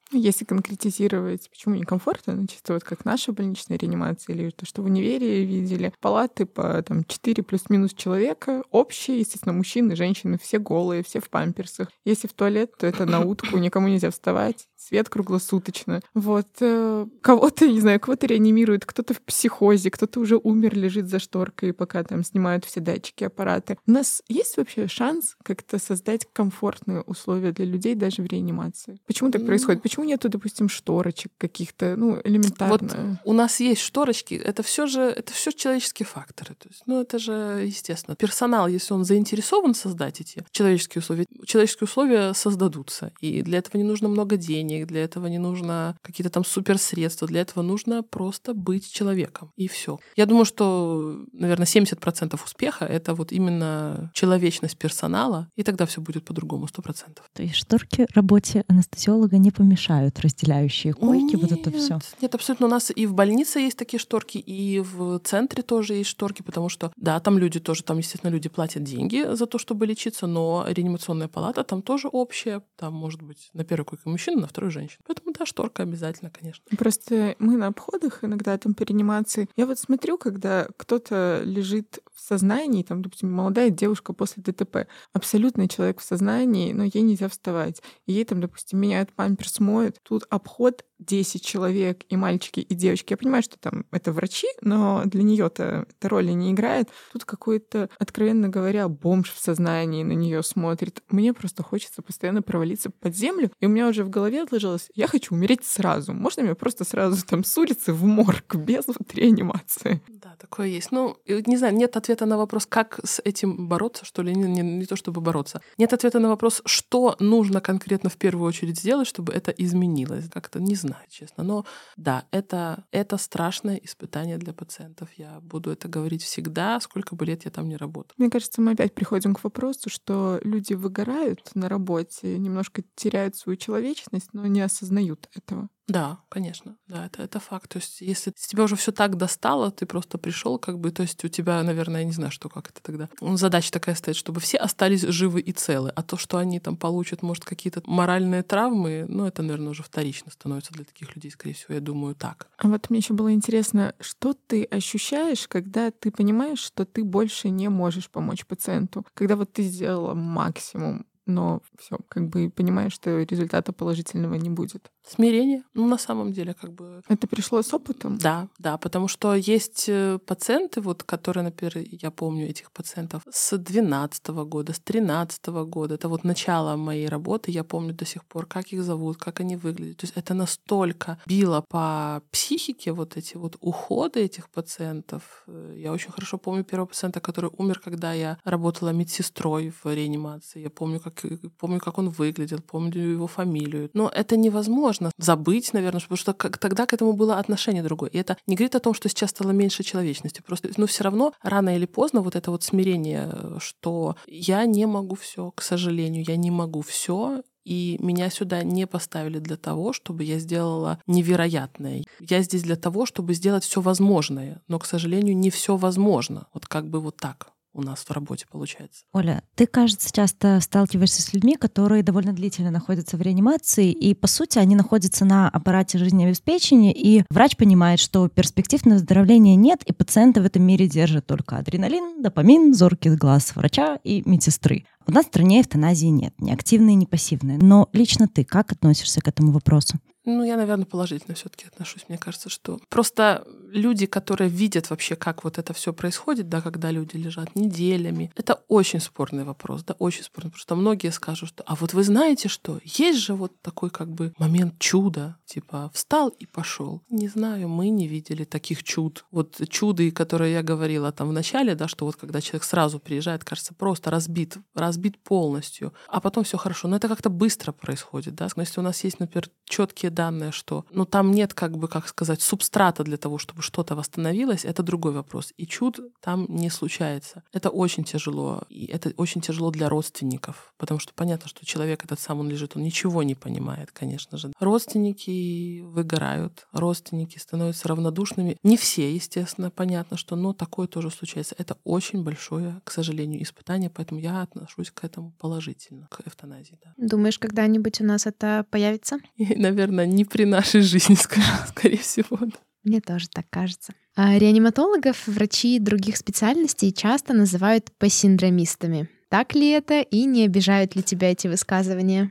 Если конкретизировать, почему некомфортно, ну, чисто вот как наша больничная реанимация или то, что в универе видели, палаты по там, четыре плюс-минус человека, общие, естественно, мужчины, женщины, все голые, все в памперсах. Если в туалет, то это на утку, никому нельзя вставать, свет круглосуточно. Вот. Кого-то, не знаю, кого-то реанимируют, кто-то в психозе, кто-то уже умер, лежит за шторкой, пока там снимают все датчики, аппараты. У нас есть вообще шанс как-то создать комфортные условия для людей даже в реанимации? Почему так происходит? Почему нету, допустим, шторочек каких-то, ну, элементарно? Вот у нас есть шторочки, это все же, это все человеческие факторы. То есть, ну, это же естественно. Персонал, если он заинтересован создать эти человеческие условия, человеческие условия создадутся. И для этого не нужно много денег, для этого не нужно какие-то там суперсредства, для этого нужно просто быть человеком. И все. Я думаю, что, наверное, семьдесят процентов успеха — это вот именно человечность персонала, и тогда все будет по-другому, сто процентов. То есть шторки работе анестезиолога не помешают, разделяющие койки, нет, вот это все. Нет, абсолютно. У нас и в больнице есть такие шторки, и в центре тоже есть шторки, потому что, да, там люди тоже, там, естественно, люди платят деньги за то, чтобы лечиться, но реанимационная палата там тоже общая. Там может быть на первой койке мужчина, на второй женщина. Поэтому, да, шторка обязательно, конечно. Просто мы на обходах иногда там по реанимации. Я вот смотрю, когда кто-то лежит в сознании, там, допустим, молодая девушка после ДТП, абсолютный человек в сознании, но ей нельзя вставать. И ей там, допустим, меняют памперс, моют. Тут обход десять человек, и мальчики, и девочки. Я понимаю, что там это врачи, но для нее-то эта роли не играет. Тут какой-то, откровенно говоря, бомж в сознании на нее смотрит. Мне просто хочется постоянно провалиться под землю, и у меня уже в голове отложилось: я хочу умереть сразу. Можно мне просто сразу там с улицы в морг, без вот реанимации? Да, такое есть. Ну, не знаю, нет ответа на вопрос, как с этим бороться, что ли, не, не, не то чтобы бороться. Нет ответа на вопрос, что нужно конкретно в первую очередь сделать, чтобы это изменилось. Как-то не знаю, честно. Но да, это, это страшное испытание для пациентов. Я буду это говорить всегда, сколько бы лет я там не работала. Мне кажется, мы опять приходим к вопросу, что люди выгорают на работе, немножко теряют свою человечность, но не осознают этого. Да, конечно, да, это, это факт. То есть, если тебя уже все так достало, ты просто пришел, как бы, то есть у тебя, наверное, я не знаю, что как это тогда. Задача такая стоит, чтобы все остались живы и целы, а то, что они там получат, может, какие-то моральные травмы, ну, это, наверное, уже вторично становится для таких людей, скорее всего, я думаю, так. А вот мне еще было интересно, что ты ощущаешь, когда ты понимаешь, что ты больше не можешь помочь пациенту, когда вот ты сделала максимум, но все, как бы понимаешь, что результата положительного не будет. Смирение, ну, на самом деле, как бы... Это пришло с опытом? Да, да, потому что есть пациенты, вот, которые, например, я помню этих пациентов с двенадцатого года, с тринадцатого года, это вот начало моей работы, я помню до сих пор, как их зовут, как они выглядят. То есть это настолько било по психике, вот эти вот уходы этих пациентов. Я очень хорошо помню первого пациента, который умер, когда я работала медсестрой в реанимации. Я помню, как, помню, как он выглядел, помню его фамилию. Но это невозможно забыть, наверное, потому что тогда к этому было отношение другое. И это не говорит о том, что сейчас стало меньше человечности. Просто, ну, все равно рано или поздно вот это вот смирение, что я не могу все, к сожалению, я не могу все. И меня сюда не поставили для того, чтобы я сделала невероятное. Я здесь для того, чтобы сделать все возможное. Но, к сожалению, не все возможно. Вот как бы вот так у нас в работе получается. Оля, ты, кажется, часто сталкиваешься с людьми, которые довольно длительно находятся в реанимации, и, по сути, они находятся на аппарате жизнеобеспечения, и врач понимает, что перспектив на выздоровление нет, и пациента в этом мире держит только адреналин, допамин, зоркий глаз врача и медсестры. У нас в стране эвтаназии нет, ни активной, ни пассивной. Но лично ты как относишься к этому вопросу? Ну, я, наверное, положительно все-таки отношусь. Мне кажется, что просто люди, которые видят вообще, как вот это все происходит, да, когда люди лежат неделями, это очень спорный вопрос, да, очень спорный. Потому что многие скажут, что, а вот вы знаете, что есть же вот такой как бы момент чуда, типа встал и пошел. Не знаю, мы не видели таких чуд. Вот чуды, которые я говорила там в начале, да, что вот когда человек сразу приезжает, кажется, просто разбит, разбит полностью, а потом все хорошо. Но это как-то быстро происходит, да. Но если у нас есть, например, четкие данные, что ну, там нет, как бы, как сказать, субстрата для того, чтобы что-то восстановилось, это другой вопрос. И чуд там не случается. Это очень тяжело. И это очень тяжело для родственников, потому что понятно, что человек этот сам, он лежит, он ничего не понимает, конечно же. Родственники выгорают, родственники становятся равнодушными. Не все, естественно, понятно, что, но такое тоже случается. Это очень большое, к сожалению, испытание, поэтому я отношусь отношусь к этому положительно, к эвтаназии, да. Думаешь, когда-нибудь у нас это появится? И, наверное, не при нашей жизни, скорее всего. Да. Мне тоже так кажется. А реаниматологов врачи других специальностей часто называют посиндромистами. Так ли это и не обижают ли тебя эти высказывания?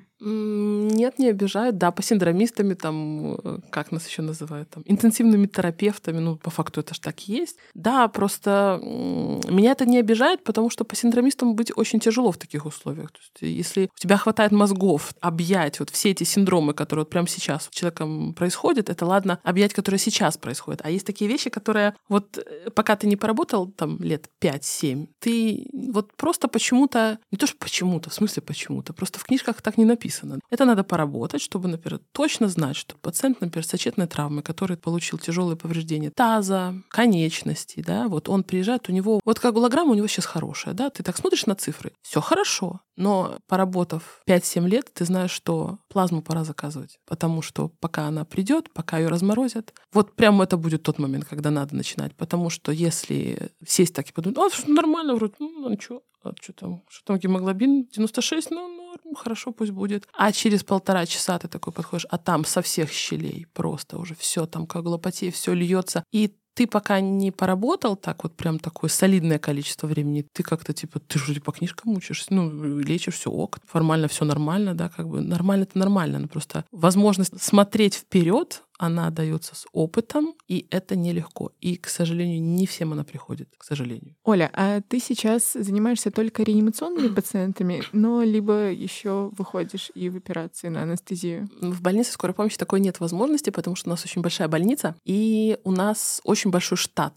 Нет, не обижают. Да, посиндромистами, там, как нас еще называют, там, интенсивными терапевтами, ну, по факту это ж так и есть. Да, просто меня это не обижает, потому что посиндромистам быть очень тяжело в таких условиях. То есть, если у тебя хватает мозгов объять вот все эти синдромы, которые вот прямо сейчас с человеком происходят, это ладно объять, которые сейчас происходят. А есть такие вещи, которые вот пока ты не поработал там лет пять-семь, ты вот просто почему-то, не то что почему-то, в смысле почему-то, просто в книжках так не написано. Это надо поработать, чтобы, например, точно знать, что пациент, например, с сочетной травмой, который получил тяжелые повреждения таза, конечностей, да, вот он приезжает, у него, вот как голограмма у него сейчас хорошая, да, ты так смотришь на цифры, все хорошо, но поработав пять-семь лет, ты знаешь, что плазму пора заказывать, потому что пока она придет, пока ее разморозят, вот прямо это будет тот момент, когда надо начинать, потому что если сесть так и подумать, а, что нормально вроде, ну, ничего, а что там, что там гемоглобин девяносто шесть, ну, ну, хорошо, пусть будет. А через полтора часа ты такой подходишь, а там со всех щелей просто уже все там коагулопатия, все льется. И ты пока не поработал так вот прям такое солидное количество времени, ты как-то типа, ты же по книжкам учишься, ну, лечишь, все ок, формально все нормально, да, как бы нормально это нормально, но просто возможность смотреть вперед, она дается с опытом, и это нелегко. И, к сожалению, не всем она приходит, к сожалению. Оля, а ты сейчас занимаешься только реанимационными пациентами, но либо еще выходишь и в операции на анестезию? В больнице скорой помощи такой нет возможности, потому что у нас очень большая больница, и у нас очень большой штат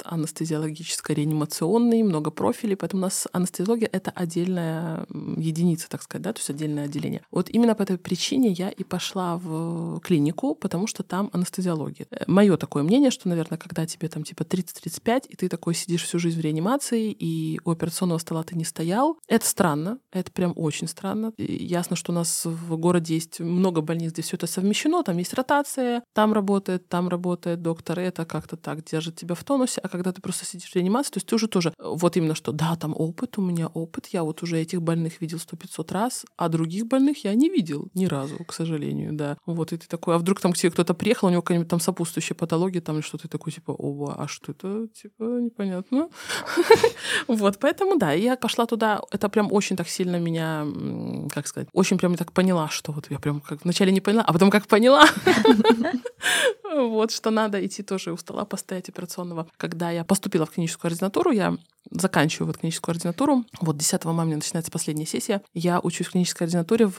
анестезиологическо-реанимационный, много профилей, поэтому у нас анестезиология — это отдельная единица, так сказать, да, то есть отдельное отделение. Вот именно по этой причине я и пошла в клинику, потому что там анестезиология. Мое такое мнение, что, наверное, когда тебе там типа тридцать-тридцать пять, и ты такой сидишь всю жизнь в реанимации, и у операционного стола ты не стоял, это странно, это прям очень странно. И ясно, что у нас в городе есть много больниц, где все это совмещено, там есть ротация, там работает, там работает доктор, и это как-то так держит тебя в тонусе, а когда ты просто сидишь в реанимации, то есть ты уже тоже, вот именно что, да, там опыт, у меня опыт, я вот уже этих больных видел сто-пятьсот раз, а других больных я не видел ни разу, к сожалению, да. Вот, и ты такой, а вдруг там к тебе кто-то приехал, у него какая-нибудь там сопутствующая патология, там что-то такое, типа, ого, а что это, типа, непонятно. Вот, поэтому, да, я пошла туда, это прям очень так сильно меня, как сказать, очень прям так поняла, что вот я прям как вначале не поняла, а потом как поняла, вот, что надо идти тоже у стола постоять операционного. Когда я поступила в клиническую ординатуру, я заканчиваю вот клиническую ординатуру, вот десятого мая у меня начинается последняя сессия, я учусь в клинической ординатуре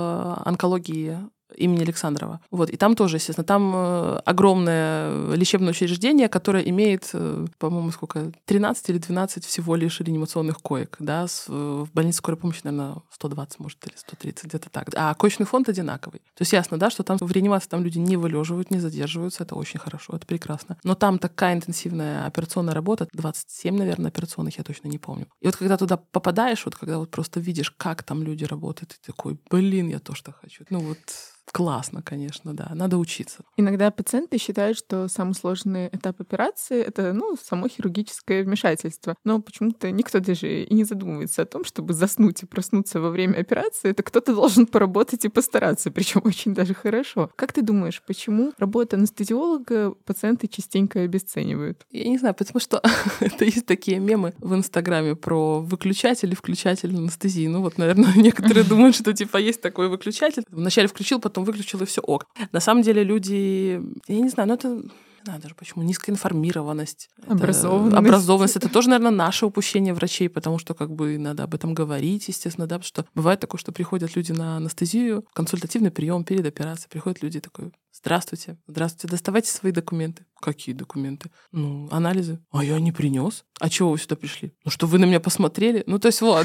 в онкологии имени Александрова. Вот. И там тоже, естественно, там огромное лечебное учреждение, которое имеет, по-моему, сколько, тринадцать или двенадцать всего лишь реанимационных коек. Да? В больнице скорой помощи, наверное, сто двадцать, может, или сто тридцать, где-то так. А коечный фонд одинаковый. То есть ясно, да, что там в реанимации там люди не вылеживают, не задерживаются. Это очень хорошо, это прекрасно. Но там такая интенсивная операционная работа, двадцать семь, наверное, операционных, я точно не помню. И вот когда туда попадаешь, вот когда вот просто видишь, как там люди работают, ты такой, блин, я тоже так хочу. Ну вот... Классно, конечно, да. Надо учиться. Иногда пациенты считают, что самый сложный этап операции — это, ну, само хирургическое вмешательство. Но почему-то никто даже и не задумывается о том, чтобы заснуть и проснуться во время операции. Это кто-то должен поработать и постараться, причем очень даже хорошо. Как ты думаешь, почему работу анестезиолога пациенты частенько обесценивают? Я не знаю, потому что это есть такие мемы в Инстаграме про выключатель и включатель анестезии. Ну вот, наверное, некоторые думают, что типа есть такой выключатель. Вначале включил, потом выключил, и все ок. На самом деле люди, я не знаю, ну это... Не знаю даже почему, низкая информированность. Образованность. Это, образованность. Это тоже, наверное, наше упущение врачей, потому что как бы надо об этом говорить, естественно, да, потому что бывает такое, что приходят люди на анестезию, консультативный прием перед операцией, приходят люди такой: здравствуйте, здравствуйте, доставайте свои документы. Какие документы? Ну, анализы. А я не принес. А чего вы сюда пришли? Ну, что вы на меня посмотрели? Ну, то есть вот...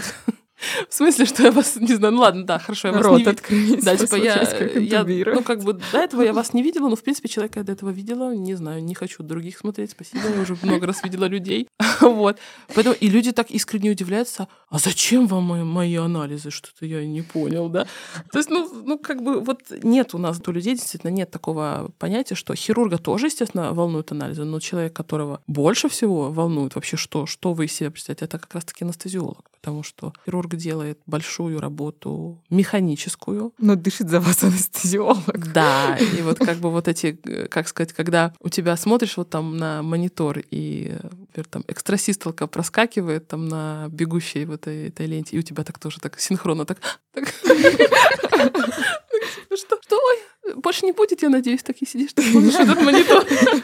В смысле, что я вас не знаю, ну ладно, да, хорошо, я вас Рот не видела. Да, типа я, я, ну как бы до этого я вас не видела, но в принципе человека я до этого видела, не знаю, не хочу других смотреть, спасибо, я уже много раз видела людей, вот. Поэтому и люди так искренне удивляются: а зачем вам мои, мои анализы, что-то я не понял, да? То есть, ну, ну как бы вот нет у нас у людей действительно нет такого понятия, что хирурга тоже, естественно, волнуют анализы, но человек, которого больше всего волнует вообще, что, что вы из себя представляете, это как раз-таки анестезиолог. потому что хирург делает большую работу механическую. Но дышит за вас анестезиолог. Да, и вот как бы вот эти, как сказать, когда у тебя смотришь вот там на монитор, и, например, там экстрасистолка проскакивает там на бегущей вот этой, этой ленте, и у тебя так тоже так синхронно так... Что? Что? Ой, больше не будет, я надеюсь, так и сидишь, ты смотришь этот монитор.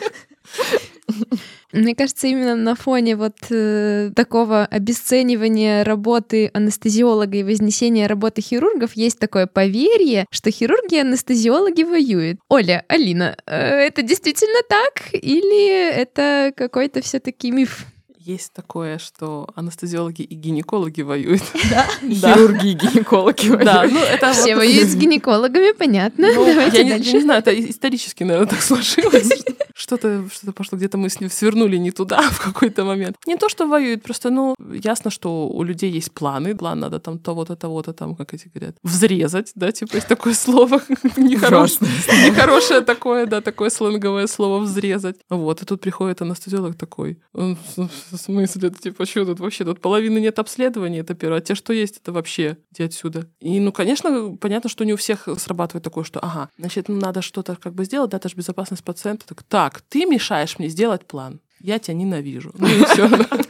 Мне кажется, именно на фоне вот э, такого обесценивания работы анестезиолога и вознесения работы хирургов есть такое поверье, что хирурги и анестезиологи воюют. Оля, Алина, э, это действительно так или это какой-то все-таки миф? Есть такое, что анестезиологи и гинекологи воюют. Да? Хирурги и гинекологи воюют. Да, ну это Все вот... воюют с гинекологами, понятно. Ну, Давайте я, не, дальше. я не знаю, это исторически, наверное, так сложилось. Что-то, что-то пошло, где-то мы с ним свернули не туда в какой-то момент. Не то, что воюют, просто, ну, ясно, что у людей есть планы. План надо там того-то, того-то, там, как эти говорят, взрезать, да, типа есть такое слово нехорошее, нехорошее такое, да, такое сленговое слово «взрезать». Вот, и тут приходит анестезиолог такой, в смысле, это типа, что тут вообще, тут половины нет обследования, это первое, а те, что есть, это вообще иди отсюда. И, ну, конечно, понятно, что не у всех срабатывает такое, что, ага, значит, ну, надо что-то как бы сделать, да, это же безопасность пациента. Так, так, ты мешаешь мне сделать план. Я тебя ненавижу. Ну и всё.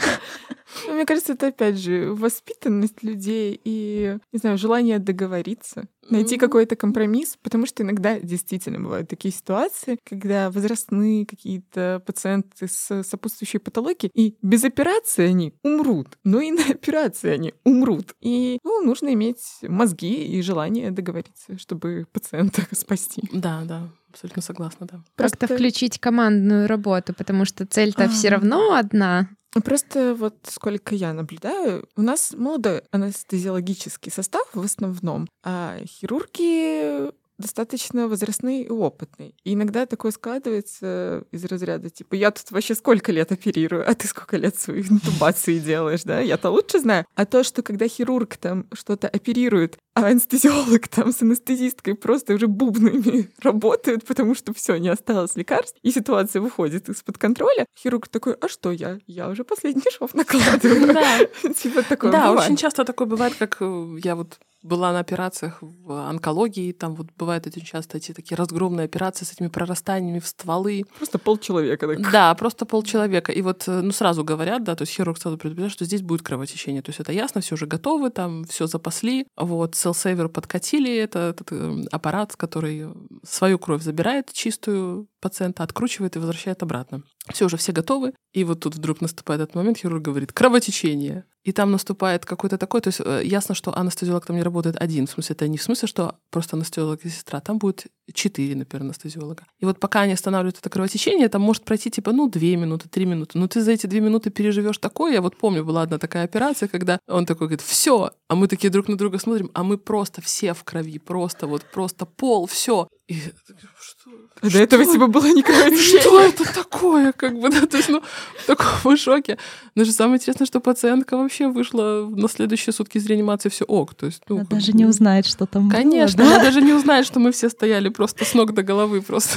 Ну, мне кажется, это опять же воспитанность людей и, не знаю, желание договориться, найти Мгм. какой-то компромисс, потому что иногда действительно бывают такие ситуации, когда возрастные какие-то пациенты с сопутствующей патологией, и без операции они умрут, но и на операции они умрут. И, ну, нужно иметь мозги и желание договориться, чтобы пациента спасти. Да, да, абсолютно согласна, да. Как-то Просто- включить командную работу, потому что цель-то А. все равно одна. Просто вот сколько я наблюдаю, у нас молодой анестезиологический состав в основном, а хирурги достаточно возрастные и опытные. И иногда такое складывается из разряда, типа, я тут вообще сколько лет оперирую, а ты сколько лет свои интубации делаешь, да? Я-то лучше знаю. А то, что когда хирург там что-то оперирует, а анестезиолог там с анестезисткой просто уже бубнами работают, потому что все, не осталось лекарств, и ситуация выходит из-под контроля, хирург такой, а что я? Я уже последний шов накладываю. Да. Типа такое Да, бывает. очень часто такое бывает, как э, я вот была на операциях в онкологии, там вот бывают очень часто эти такие разгромные операции с этими прорастаниями в стволы. Просто полчеловека. Так. Да, просто полчеловека. И вот, э, ну, сразу говорят, да, то есть хирург сразу предупреждает, что здесь будет кровотечение. То есть это ясно, все уже готовы, там все запасли. Вот, селл-сейвер подкатили, это этот э, аппарат, который свою кровь забирает чистую пациента, откручивает и возвращает обратно. Все уже все готовы. И вот тут вдруг наступает этот момент, хирург говорит кровотечение. И там наступает какой-то такой, то есть э, ясно, что анестезиолог там не работает один. В смысле, это не в смысле, что просто анестезиолог и сестра. Там будет четыре, например, анестезиолога. И вот пока они останавливают это кровотечение, там может пройти типа, ну, две минуты, три минуты. Но ты за эти две минуты переживешь такое. Я вот помню, была одна такая операция, когда он такой говорит, все, а мы такие друг на друга смотрим, а мы просто все в крови, просто вот, просто пол, все. И я такая, что? До этого типа было не кровотечение. Что это такое? Как бы, да, то есть, ну, в таком шоке. Но же самое интересное, что пациентка вообще вышла на следующие сутки из реанимации, все ок. То есть, ну, Она как даже бы- не узнает, что там было, Конечно, да? она даже не узнает, что мы все стояли просто с ног до головы просто.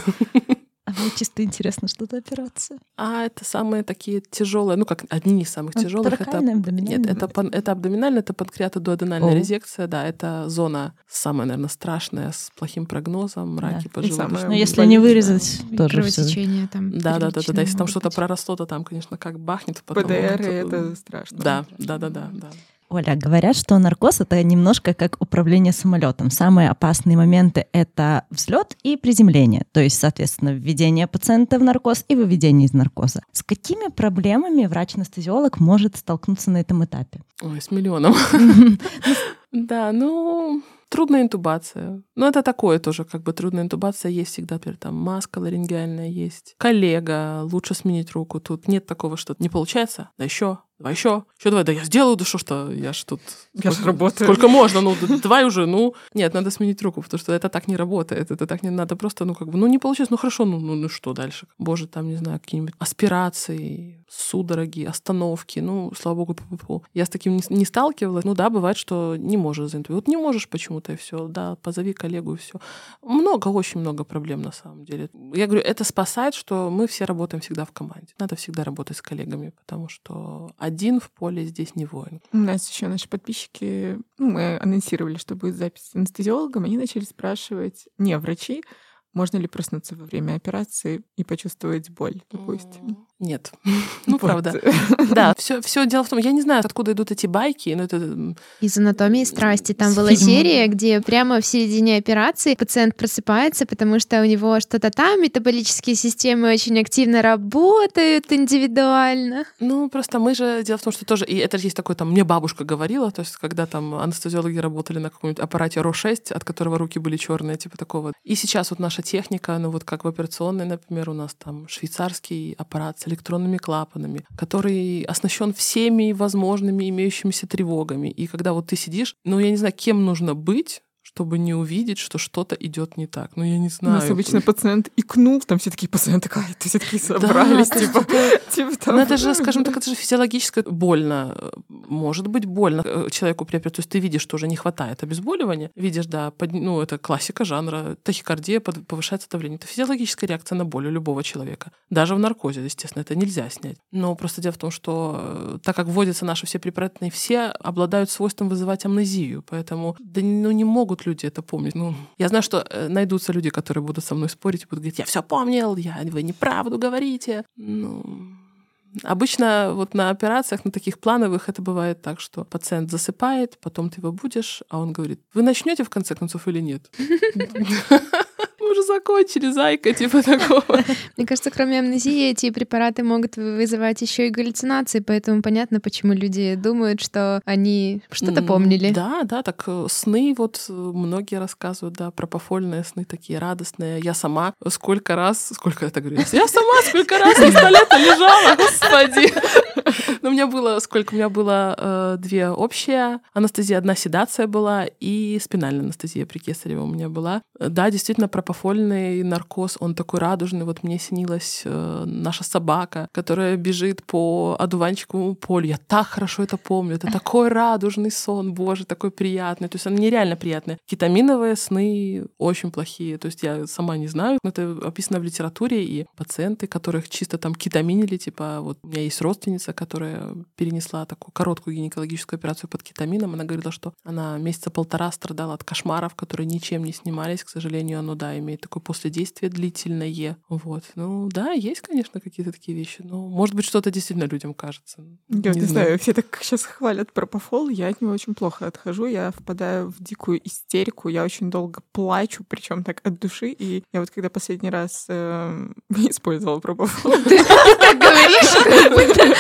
А мне чисто интересно, что это операция. А это самые такие тяжелые, ну как одни из самых А, тяжелых. Это торакальная, абдоминальная? нет, это пан- это абдоминальная, это панкреатодуоденальная О. резекция, да, это зона самая, наверное, страшная с плохим прогнозом, раки Да. И самая поджелудочного. Но если болезненная. не вырезать, И тоже все. кровотечение там. Да, да, да, да, да. Если приличные там могут что-то быть. проросло, то там, конечно, как бахнет. Потом ПДР, вот, это страшно. Да, да, да, да, да. Оля, говорят, что наркоз — это немножко как управление самолетом. Самые опасные моменты — это взлет и приземление, то есть, соответственно, введение пациента в наркоз и выведение из наркоза. С какими проблемами врач-анестезиолог может столкнуться на этом этапе? Ой, с миллионом. Да, ну, трудная интубация. Ну, это такое тоже, как бы трудная интубация. Есть всегда, например, там маска ларингеальная есть. Коллега, лучше сменить руку. Тут нет такого, что не получается. Да еще, давай еще, еще давай. Да я сделаю, да что ж то, я ж тут... Я ж сколько- работаю. Сколько можно, ну, да давай уже, ну... Нет, надо сменить руку, потому что это так не работает. Это так не надо просто, ну, как бы, ну, не получилось, ну, хорошо, ну, ну, ну что дальше? Боже, там, не знаю, какие-нибудь аспирации, судороги, остановки, ну, слава богу, пу-пу-пу. Я с таким не, не сталкивалась. Ну да, бывает, что не можешь заинтубировать. Вот не можешь почему-то, и все. Да, позови коллегу, и все. Много, очень много проблем на самом деле. Я говорю, это спасает, что мы все работаем всегда в команде. Надо всегда работать с коллегами, потому что один в поле здесь не воин. У нас еще наши подписчики, ну, мы анонсировали, что будет запись с анестезиологом, они начали спрашивать, не врачи, можно ли проснуться во время операции и почувствовать боль, допустим. Нет. Ну, правда. Да, все, все дело в том, я не знаю, откуда идут эти байки, но это... Из «Анатомии страсти» там была серия, где прямо в середине операции пациент просыпается, потому что у него что-то там, метаболические системы очень активно работают индивидуально. Ну, просто мы же... Дело в том, что тоже... И это же есть такое, там, мне бабушка говорила, то есть когда там анестезиологи работали на каком-нибудь аппарате эр о шесть, от которого руки были черные, типа такого. И сейчас вот наша техника, ну вот как в операционной, например, у нас там швейцарский аппарат с электронными клапанами, который оснащен всеми возможными имеющимися тревогами. И когда вот ты сидишь, ну я не знаю, кем нужно быть, чтобы не увидеть, что что-то идет не так. Ну, я не знаю. У нас обычно пациент икнул, там все такие пациенты такая, все такие собрались, да, типа, типа там. Ну, это же, скажем так, это же физиологически больно. Может быть больно человеку при операции. То есть ты видишь, что уже не хватает обезболивания. Видишь, да, под, ну, это классика жанра. Тахикардия, повышается давление. Это физиологическая реакция на боль у любого человека. Даже в наркозе, естественно, это нельзя снять. Но просто дело в том, что так как вводятся наши все препараты, все обладают свойством вызывать амнезию. Поэтому да, ну, не могут люди это помнить. Ну, я знаю, что найдутся люди, которые будут со мной спорить и будут говорить, я все помнил, я, вы неправду говорите. Ну, обычно вот на операциях, на таких плановых, это бывает так, что пациент засыпает, потом ты его будешь, а он говорит, вы начнете в конце концов или нет? Мы уже закончили, зайка, типа такого. Мне кажется, кроме амнезии, эти препараты могут вызывать еще и галлюцинации, поэтому понятно, почему люди думают, что они что-то помнили. Да, да, так сны вот многие рассказывают, да, пропофольные сны такие радостные. Я сама сколько раз, сколько это говорю, я сама сколько раз на столе лежала, господи. Но у меня было, сколько у меня было э, две общие анестезии, одна седация была и спинальная анестезия при кесарево у меня была. Да, действительно, пропофольный наркоз, он такой радужный. Вот мне снилась э, наша собака, которая бежит по одуванчиковому полю. Я так хорошо это помню. Это такой радужный сон, боже, такой приятный. То есть он нереально приятный. Кетаминовые сны очень плохие. То есть я сама не знаю, но это описано в литературе, и пациенты, которых чисто там кетаминили, типа вот у меня есть родственница, которая перенесла такую короткую гинекологическую операцию под кетамином. Она говорила, что она месяца полтора страдала от кошмаров, которые ничем не снимались. К сожалению, оно, да, имеет такое последействие длительное. Вот. Ну, да, есть, конечно, какие-то такие вещи. Но, может быть, что-то действительно людям кажется. Я не, не знаю. знаю, все так сейчас хвалят пропофол, я от него очень плохо отхожу, я впадаю в дикую истерику, я очень долго плачу, причем так от души. И я вот когда последний раз э, использовала пропофол... Ты так говоришь?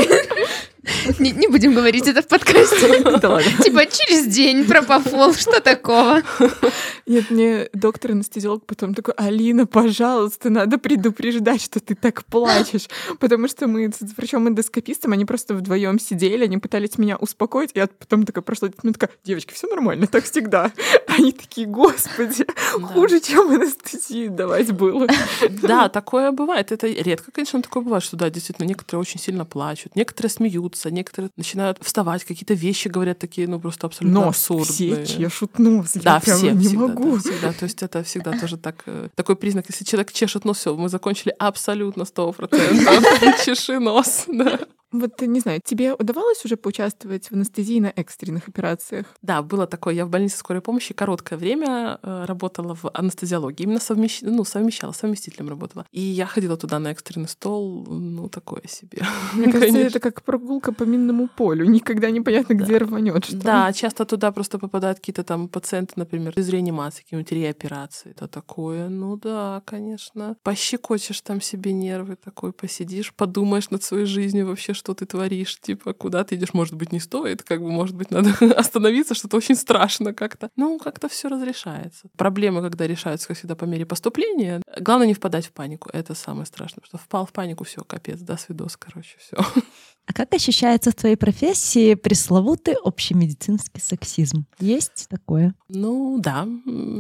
Не, не будем говорить это в подкасте. Да ладно. Типа через день пропофол, что такого? Нет, мне доктор-анестезиолог потом такой, Алина, пожалуйста, надо предупреждать, что ты так плачешь. Потому что мы с врачом-эндоскопистом, они просто вдвоем сидели, они пытались меня успокоить, и я потом такая прошла, ну такая, девочки, все нормально, так всегда. Они такие, господи, да. Хуже, чем анестезию давать было. Да, такое бывает. Это редко, конечно, такое бывает, что да, действительно, некоторые очень сильно плачут, некоторые смеются, некоторые начинают вставать, какие-то вещи говорят такие, ну, просто абсолютно нос, абсурдные. Все чешут нос, да, я все, не всегда, могу. Да, всегда. То есть это всегда тоже так, такой признак. Если человек чешет нос, все, мы закончили абсолютно сто процентов. Чеши нос, да. Вот, не знаю, тебе удавалось уже поучаствовать в анестезии на экстренных операциях? Да, было такое. Я в больнице скорой помощи короткое время работала в анестезиологии. Именно совмещ... ну, совмещала, совместителем работала. И я ходила туда на экстренный стол, ну, такое себе. Мне кажется, это как прогулка по минному полю. Никогда непонятно, да. где рванет что. Да, часто туда просто попадают какие-то там пациенты, например, из реанимации, какие-нибудь реоперации. Это такое, ну да, конечно. Пощекочешь там себе нервы, такой посидишь, подумаешь над своей жизнью вообще, что ты творишь, типа, куда ты идешь, может быть, не стоит, как бы, может быть, надо остановиться, что-то очень страшно как-то. Ну, как-то все разрешается. Проблемы, когда решаются, как всегда, по мере поступления. Главное не впадать в панику. Это самое страшное. Потому что впал в панику, все, капец, да, свидос, короче, все. А как ощущается в твоей профессии пресловутый общемедицинский сексизм? Есть такое? Ну, да,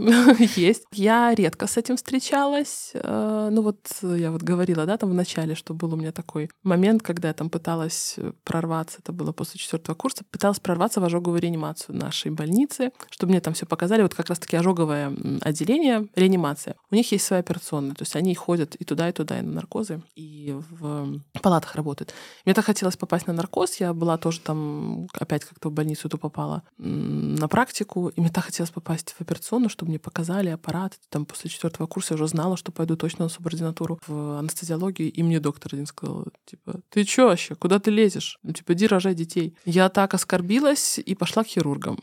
есть. Я редко с этим встречалась. Ну, вот я вот говорила, да, там в начале, что был у меня такой момент, когда я там пыталась прорваться, это было после четвертого курса, пыталась прорваться в ожоговую реанимацию нашей больницы, чтобы мне там все показали. Вот как раз-таки ожоговое отделение, реанимация. У них есть своя операционная, то есть они ходят и туда, и туда, и на наркозы, и в палатах работают. Мне так хотелось попасть на наркоз, я была тоже там, опять как-то в больницу эту попала на практику, и мне так хотелось попасть в операционную, чтобы мне показали аппарат. Там после четвертого курса я уже знала, что пойду точно на субординатуру в анестезиологию, и мне доктор один сказал, типа, ты чё вообще, куда ты лезешь? Ну, типа, иди рожай детей. Я так оскорбилась и пошла к хирургам,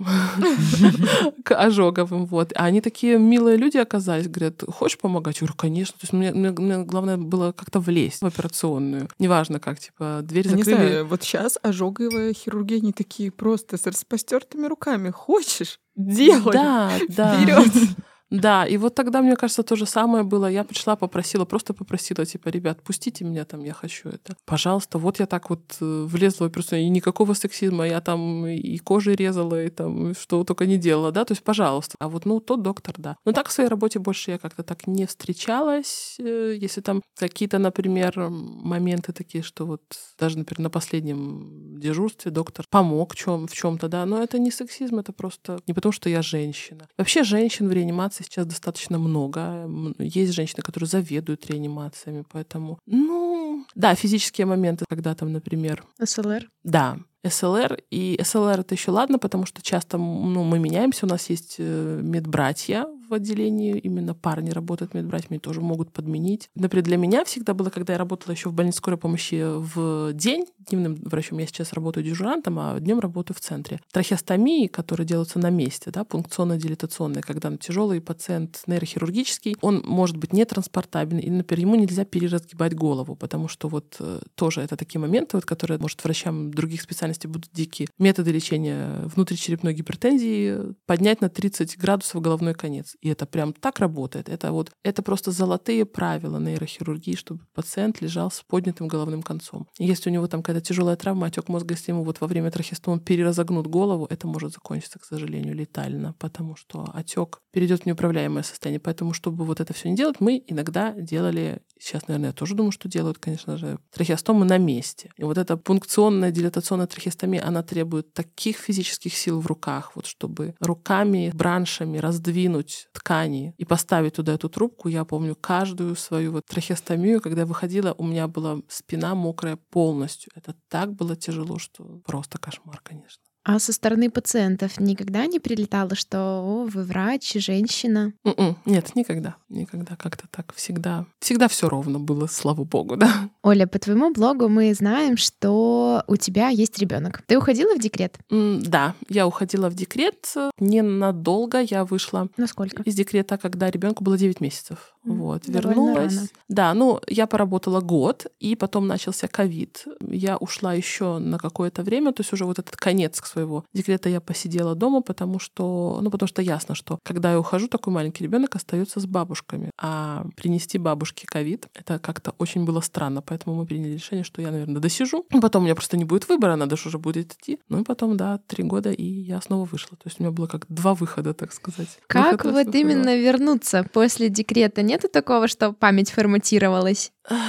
к ожоговым, вот. А они такие милые люди оказались, говорят, хочешь помогать? Я говорю, конечно. То есть мне, мне, мне главное было как-то влезть в операционную. Неважно как, типа, дверь закрыли. Не знаю, вот сейчас ожоговая хирургия, они такие просто с распростертыми руками. Хочешь? Делай. Да, да. Вперед. Да, и вот тогда, мне кажется, то же самое было. Я пришла, попросила, просто попросила, типа, ребят, пустите меня там, я хочу это. Пожалуйста, вот я так вот влезла в операционную, и никакого сексизма, я там и кожей резала, и там что только не делала, да, то есть, пожалуйста. А вот, ну, тот доктор, да. Но так в своей работе больше я как-то так не встречалась. Если там какие-то, например, моменты такие, что вот даже, например, на последнем дежурстве доктор помог в чем в чем-то, да, но это не сексизм, это просто не потому, что я женщина. Вообще женщин в реанимации сейчас достаточно много. Есть женщины, которые заведуют реанимациями, поэтому, ну, да, физические моменты, когда там, например... СЛР? Да, СЛР. И СЛР это еще ладно, потому что часто, ну, мы меняемся, у нас есть медбратья в отделении, именно парни работают медбратьями, тоже могут подменить. Например, для меня всегда было, когда я работала еще в больнице скорой помощи в день, дневным врачом, я сейчас работаю дежурантом, а днем работаю в центре. Трахеостомии, которые делаются на месте, да, пункционно-дилатационные, когда тяжелый пациент нейрохирургический, он может быть нетранспортабельный, и, например, ему нельзя переразгибать голову, потому что вот тоже это такие моменты, вот, которые, может, врачам других специальностей будут дикие. Методы лечения внутричерепной гипертензии поднять на тридцать градусов головной конец. И это прям так работает. Это вот это просто золотые правила нейрохирургии, чтобы пациент лежал с поднятым головным концом. И если у него там какая-то тяжелая травма, отек мозга, если ему вот во время трахеостомии переразогнут голову, это может закончиться, к сожалению, летально, потому что отек перейдет в неуправляемое состояние. Поэтому, чтобы вот это все не делать, мы иногда делали, сейчас, наверное, я тоже думаю, что делают, конечно же, трахеостомы на месте. И вот эта пункционная дилатационная трахеостомия, она требует таких физических сил в руках, вот чтобы руками, браншами раздвинуть ткани и поставить туда эту трубку. Я помню каждую свою вот трахеостомию, когда я выходила, у меня была спина мокрая полностью. Это так было тяжело, что просто кошмар, конечно. А со стороны пациентов никогда не прилетало, что «О, вы врач, женщина»? Mm-mm. Нет, никогда. Никогда как-то так. Всегда всегда все ровно было, слава богу, да. Оля, по твоему блогу мы знаем, что у тебя есть ребенок. Ты уходила в декрет? Mm, да, я уходила в декрет ненадолго. Я вышла Насколько? из декрета, когда ребенку было девять месяцев. Mm, вот, вернулась. Рано. Да, ну, я поработала год, и потом начался ковид. Я ушла еще на какое-то время, то есть уже вот этот конец к своего декрета я посидела дома, потому что, ну, потому что ясно, что когда я ухожу, такой маленький ребенок остается с бабушками, а принести бабушке ковид это как-то очень было странно, поэтому мы приняли решение, что я, наверное, досижу. Потом у меня просто не будет выбора, надо же уже будет идти. Ну и потом, да, три года, и я снова вышла. То есть у меня было как два выхода, так сказать. Как Выход, вот именно вернуться после декрета? Нету такого, что память форматировалась?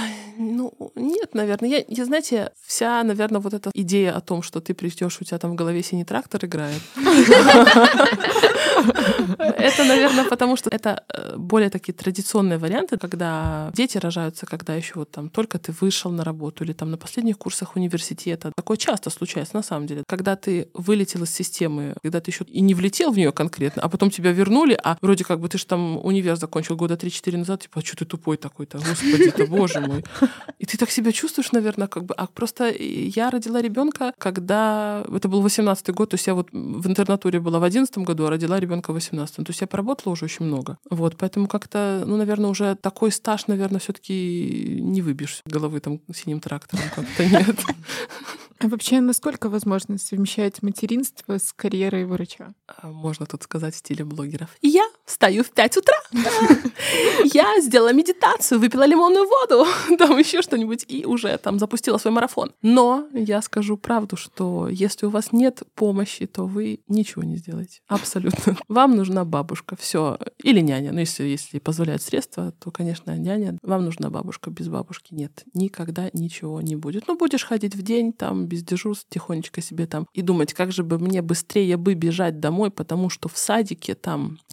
Ну, нет, наверное. Я, я, знаете, вся, наверное, вот эта идея о том, что ты придешь, у тебя там в голове синий трактор играет. Это, наверное, потому что это более такие традиционные варианты, когда дети рожаются, когда еще вот там только ты вышел на работу или там на последних курсах университета. Такое часто случается, на самом деле. Когда ты вылетел из системы, когда ты еще и не влетел в нее конкретно, а потом тебя вернули, а вроде как бы ты же там универ закончил года три-четыре назад, типа, а что ты тупой такой-то, господи-то, боже мой. И ты так себя чувствуешь, наверное, как бы... А просто я родила ребенка, когда... Это был восемнадцатый год, то есть я вот в интернатуре была в одиннадцатом году, а родила ребенка в восемнадцатом. То есть я поработала уже очень много. Вот, поэтому как-то, ну, наверное, уже такой стаж, наверное, все-таки не выбьешь головы там синим трактором, как-то нет. А вообще, насколько возможно совмещать материнство с карьерой врача? Можно тут сказать в стиле блогеров. Я встаю в пять утра, я сделала медитацию, выпила лимонную воду, там еще что-нибудь, и уже там запустила свой марафон. Но я скажу правду, что если у вас нет помощи, то вы ничего не сделаете. Абсолютно. Вам нужна бабушка, все, или няня. Ну, если, если позволяют средства, то, конечно, няня. Вам нужна бабушка, без бабушки нет. Никогда ничего не будет. Ну, будешь ходить в день, там, без дежурств, тихонечко себе там, и думать, как же бы мне быстрее бы бежать домой, потому что в садике там, я его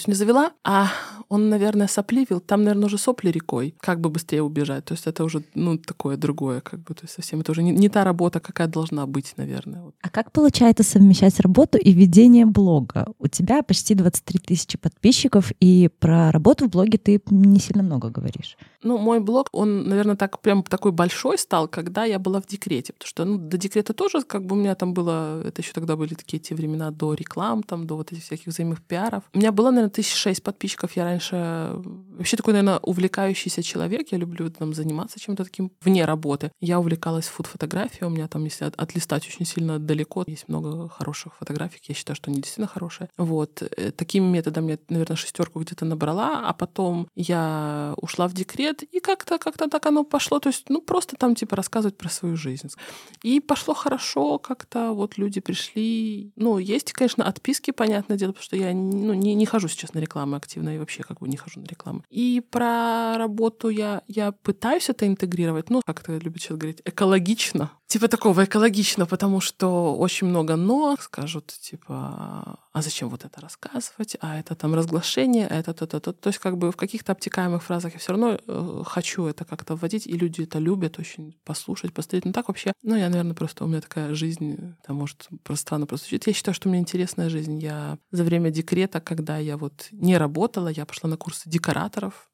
сегодня завела, а он, наверное, сопливил, там, наверное, уже сопли рекой, как бы быстрее убежать. То есть это уже, ну, такое другое, как бы, то есть совсем это уже не, не та работа, какая должна быть, наверное. Вот. А как получается совмещать работу и ведение блога? У тебя почти двадцать три тысячи подписчиков, и про работу в блоге ты не сильно много говоришь. Ну, мой блог, он, наверное, так прям такой большой стал, когда я была в декрете, потому что, ну, до декрета тоже, как бы у меня там было, это еще тогда были такие те времена до реклам, там, до вот этих всяких взаимных пиаров. У меня было, наверное, тысяча шесть подписчиков. Я раньше вообще такой, наверное, увлекающийся человек. Я люблю там заниматься чем-то таким вне работы. Я увлекалась фуд-фотографией. У меня там, если от, отлистать очень сильно далеко, есть много хороших фотографий. Я считаю, что они действительно хорошие. Вот. Такими методами я, наверное, шестерку где-то набрала, а потом я ушла в декрет, и как-то, как-то так оно пошло. То есть, ну, просто там, типа, рассказывать про свою жизнь. И пошло хорошо, как-то вот люди пришли. Ну, есть, конечно, отписки, понятное дело, потому что я, ну, не, не хожу сейчас на рекламу активно и вообще как бы не хожу на рекламу. И про работу я, я пытаюсь это интегрировать, ну, как это любят сейчас говорить, экологично. Типа такого экологично, потому что очень много «но» скажут, типа, а зачем вот это рассказывать, а это там разглашение, а это то-то-то. То есть как бы в каких-то обтекаемых фразах я все равно э, хочу это как-то вводить, и люди это любят очень послушать, посмотреть. Ну так вообще, ну я, наверное, просто у меня такая жизнь, там, может, просто странно просто звучит. Я считаю, что у меня интересная жизнь. Я за время декрета, когда я вот не работала, я пошла на курсы декораторов,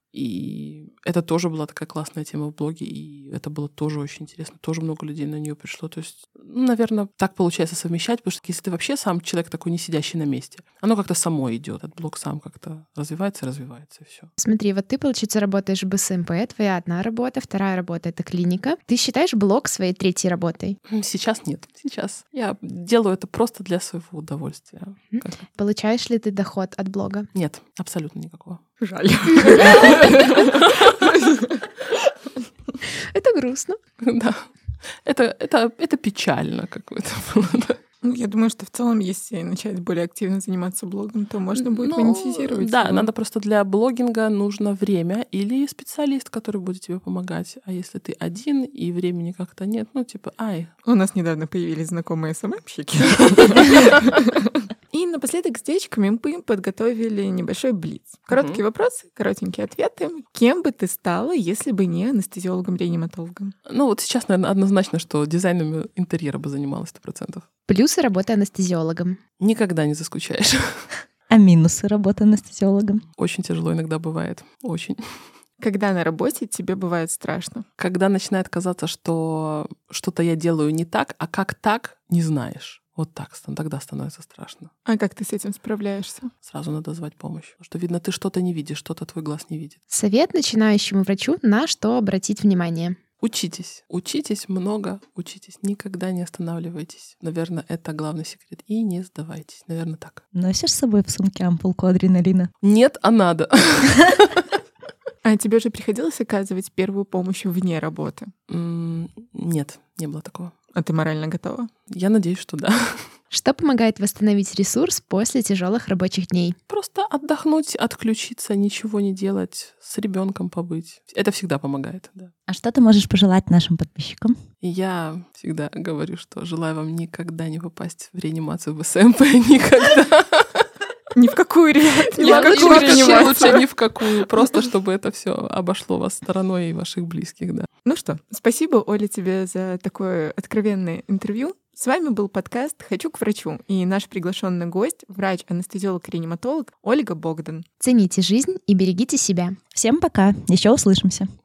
и это тоже была такая классная тема в блоге, и это было тоже очень интересно. Тоже много людей на нее пришло. То есть, ну, наверное, так получается совмещать, потому что если ты вообще сам человек такой, не сидящий на месте, оно как-то само идет. Этот блог сам как-то развивается, развивается, и все. Смотри, вот ты, получается, работаешь в БСМП, твоя одна работа, вторая работа — это клиника. Ты считаешь блог своей третьей работой? Сейчас нет. Сейчас я делаю это просто для своего удовольствия. Mm-hmm. Получаешь ли ты доход от блога? Нет, абсолютно никакого. Жаль. Это грустно. Да. Это, это, это печально какое-то было, да. Я думаю, что в целом, если начать более активно заниматься блогом, то можно будет ну, монетизировать. Да, его. надо просто для блогинга нужно время или специалист, который будет тебе помогать. А если ты один и времени как-то нет, ну типа, ай. У нас недавно появились знакомые эс эм эм-щики. И напоследок с девочками мы подготовили небольшой блиц. Короткие вопросы, коротенькие ответы. Кем бы ты стала, если бы не анестезиологом-реаниматологом? Ну вот сейчас, наверное, однозначно, что дизайном интерьера бы занималась сто процентов. Плюсы работы анестезиологом. Никогда не заскучаешь. А минусы работы анестезиологом? Очень тяжело иногда бывает. Очень. Когда на работе тебе бывает страшно? Когда начинает казаться, что что-то я делаю не так, а как так, не знаешь. Вот так, тогда становится страшно. А как ты с этим справляешься? Сразу надо звать помощь. Потому что, видно, ты что-то не видишь, что-то твой глаз не видит. Совет начинающему врачу, на что обратить внимание? Учитесь. Учитесь много, учитесь. Никогда не останавливайтесь. Наверное, это главный секрет. И не сдавайтесь. Наверное, так. Носишь с собой в сумке ампулку адреналина? Нет, а надо. А тебе же приходилось оказывать первую помощь вне работы? Нет, не было такого. А ты морально готова? Я надеюсь, что да. Что помогает восстановить ресурс после тяжелых рабочих дней? Просто отдохнуть, отключиться, ничего не делать, с ребенком побыть. Это всегда помогает, да. А что ты можешь пожелать нашим подписчикам? И я всегда говорю, что желаю вам никогда не попасть в реанимацию в БСМП. Никогда. Ни в какую реанимацию. Ни в какую реанимацию. Лучше ни в какую. Просто чтобы это все обошло вас стороной и ваших близких, да. Ну что, спасибо, Оля, тебе за такое откровенное интервью. С вами был подкаст «Хочу к врачу» и наш приглашенный гость, врач-анестезиолог-реаниматолог Ольга Богдан. Цените жизнь и берегите себя. Всем пока, еще услышимся.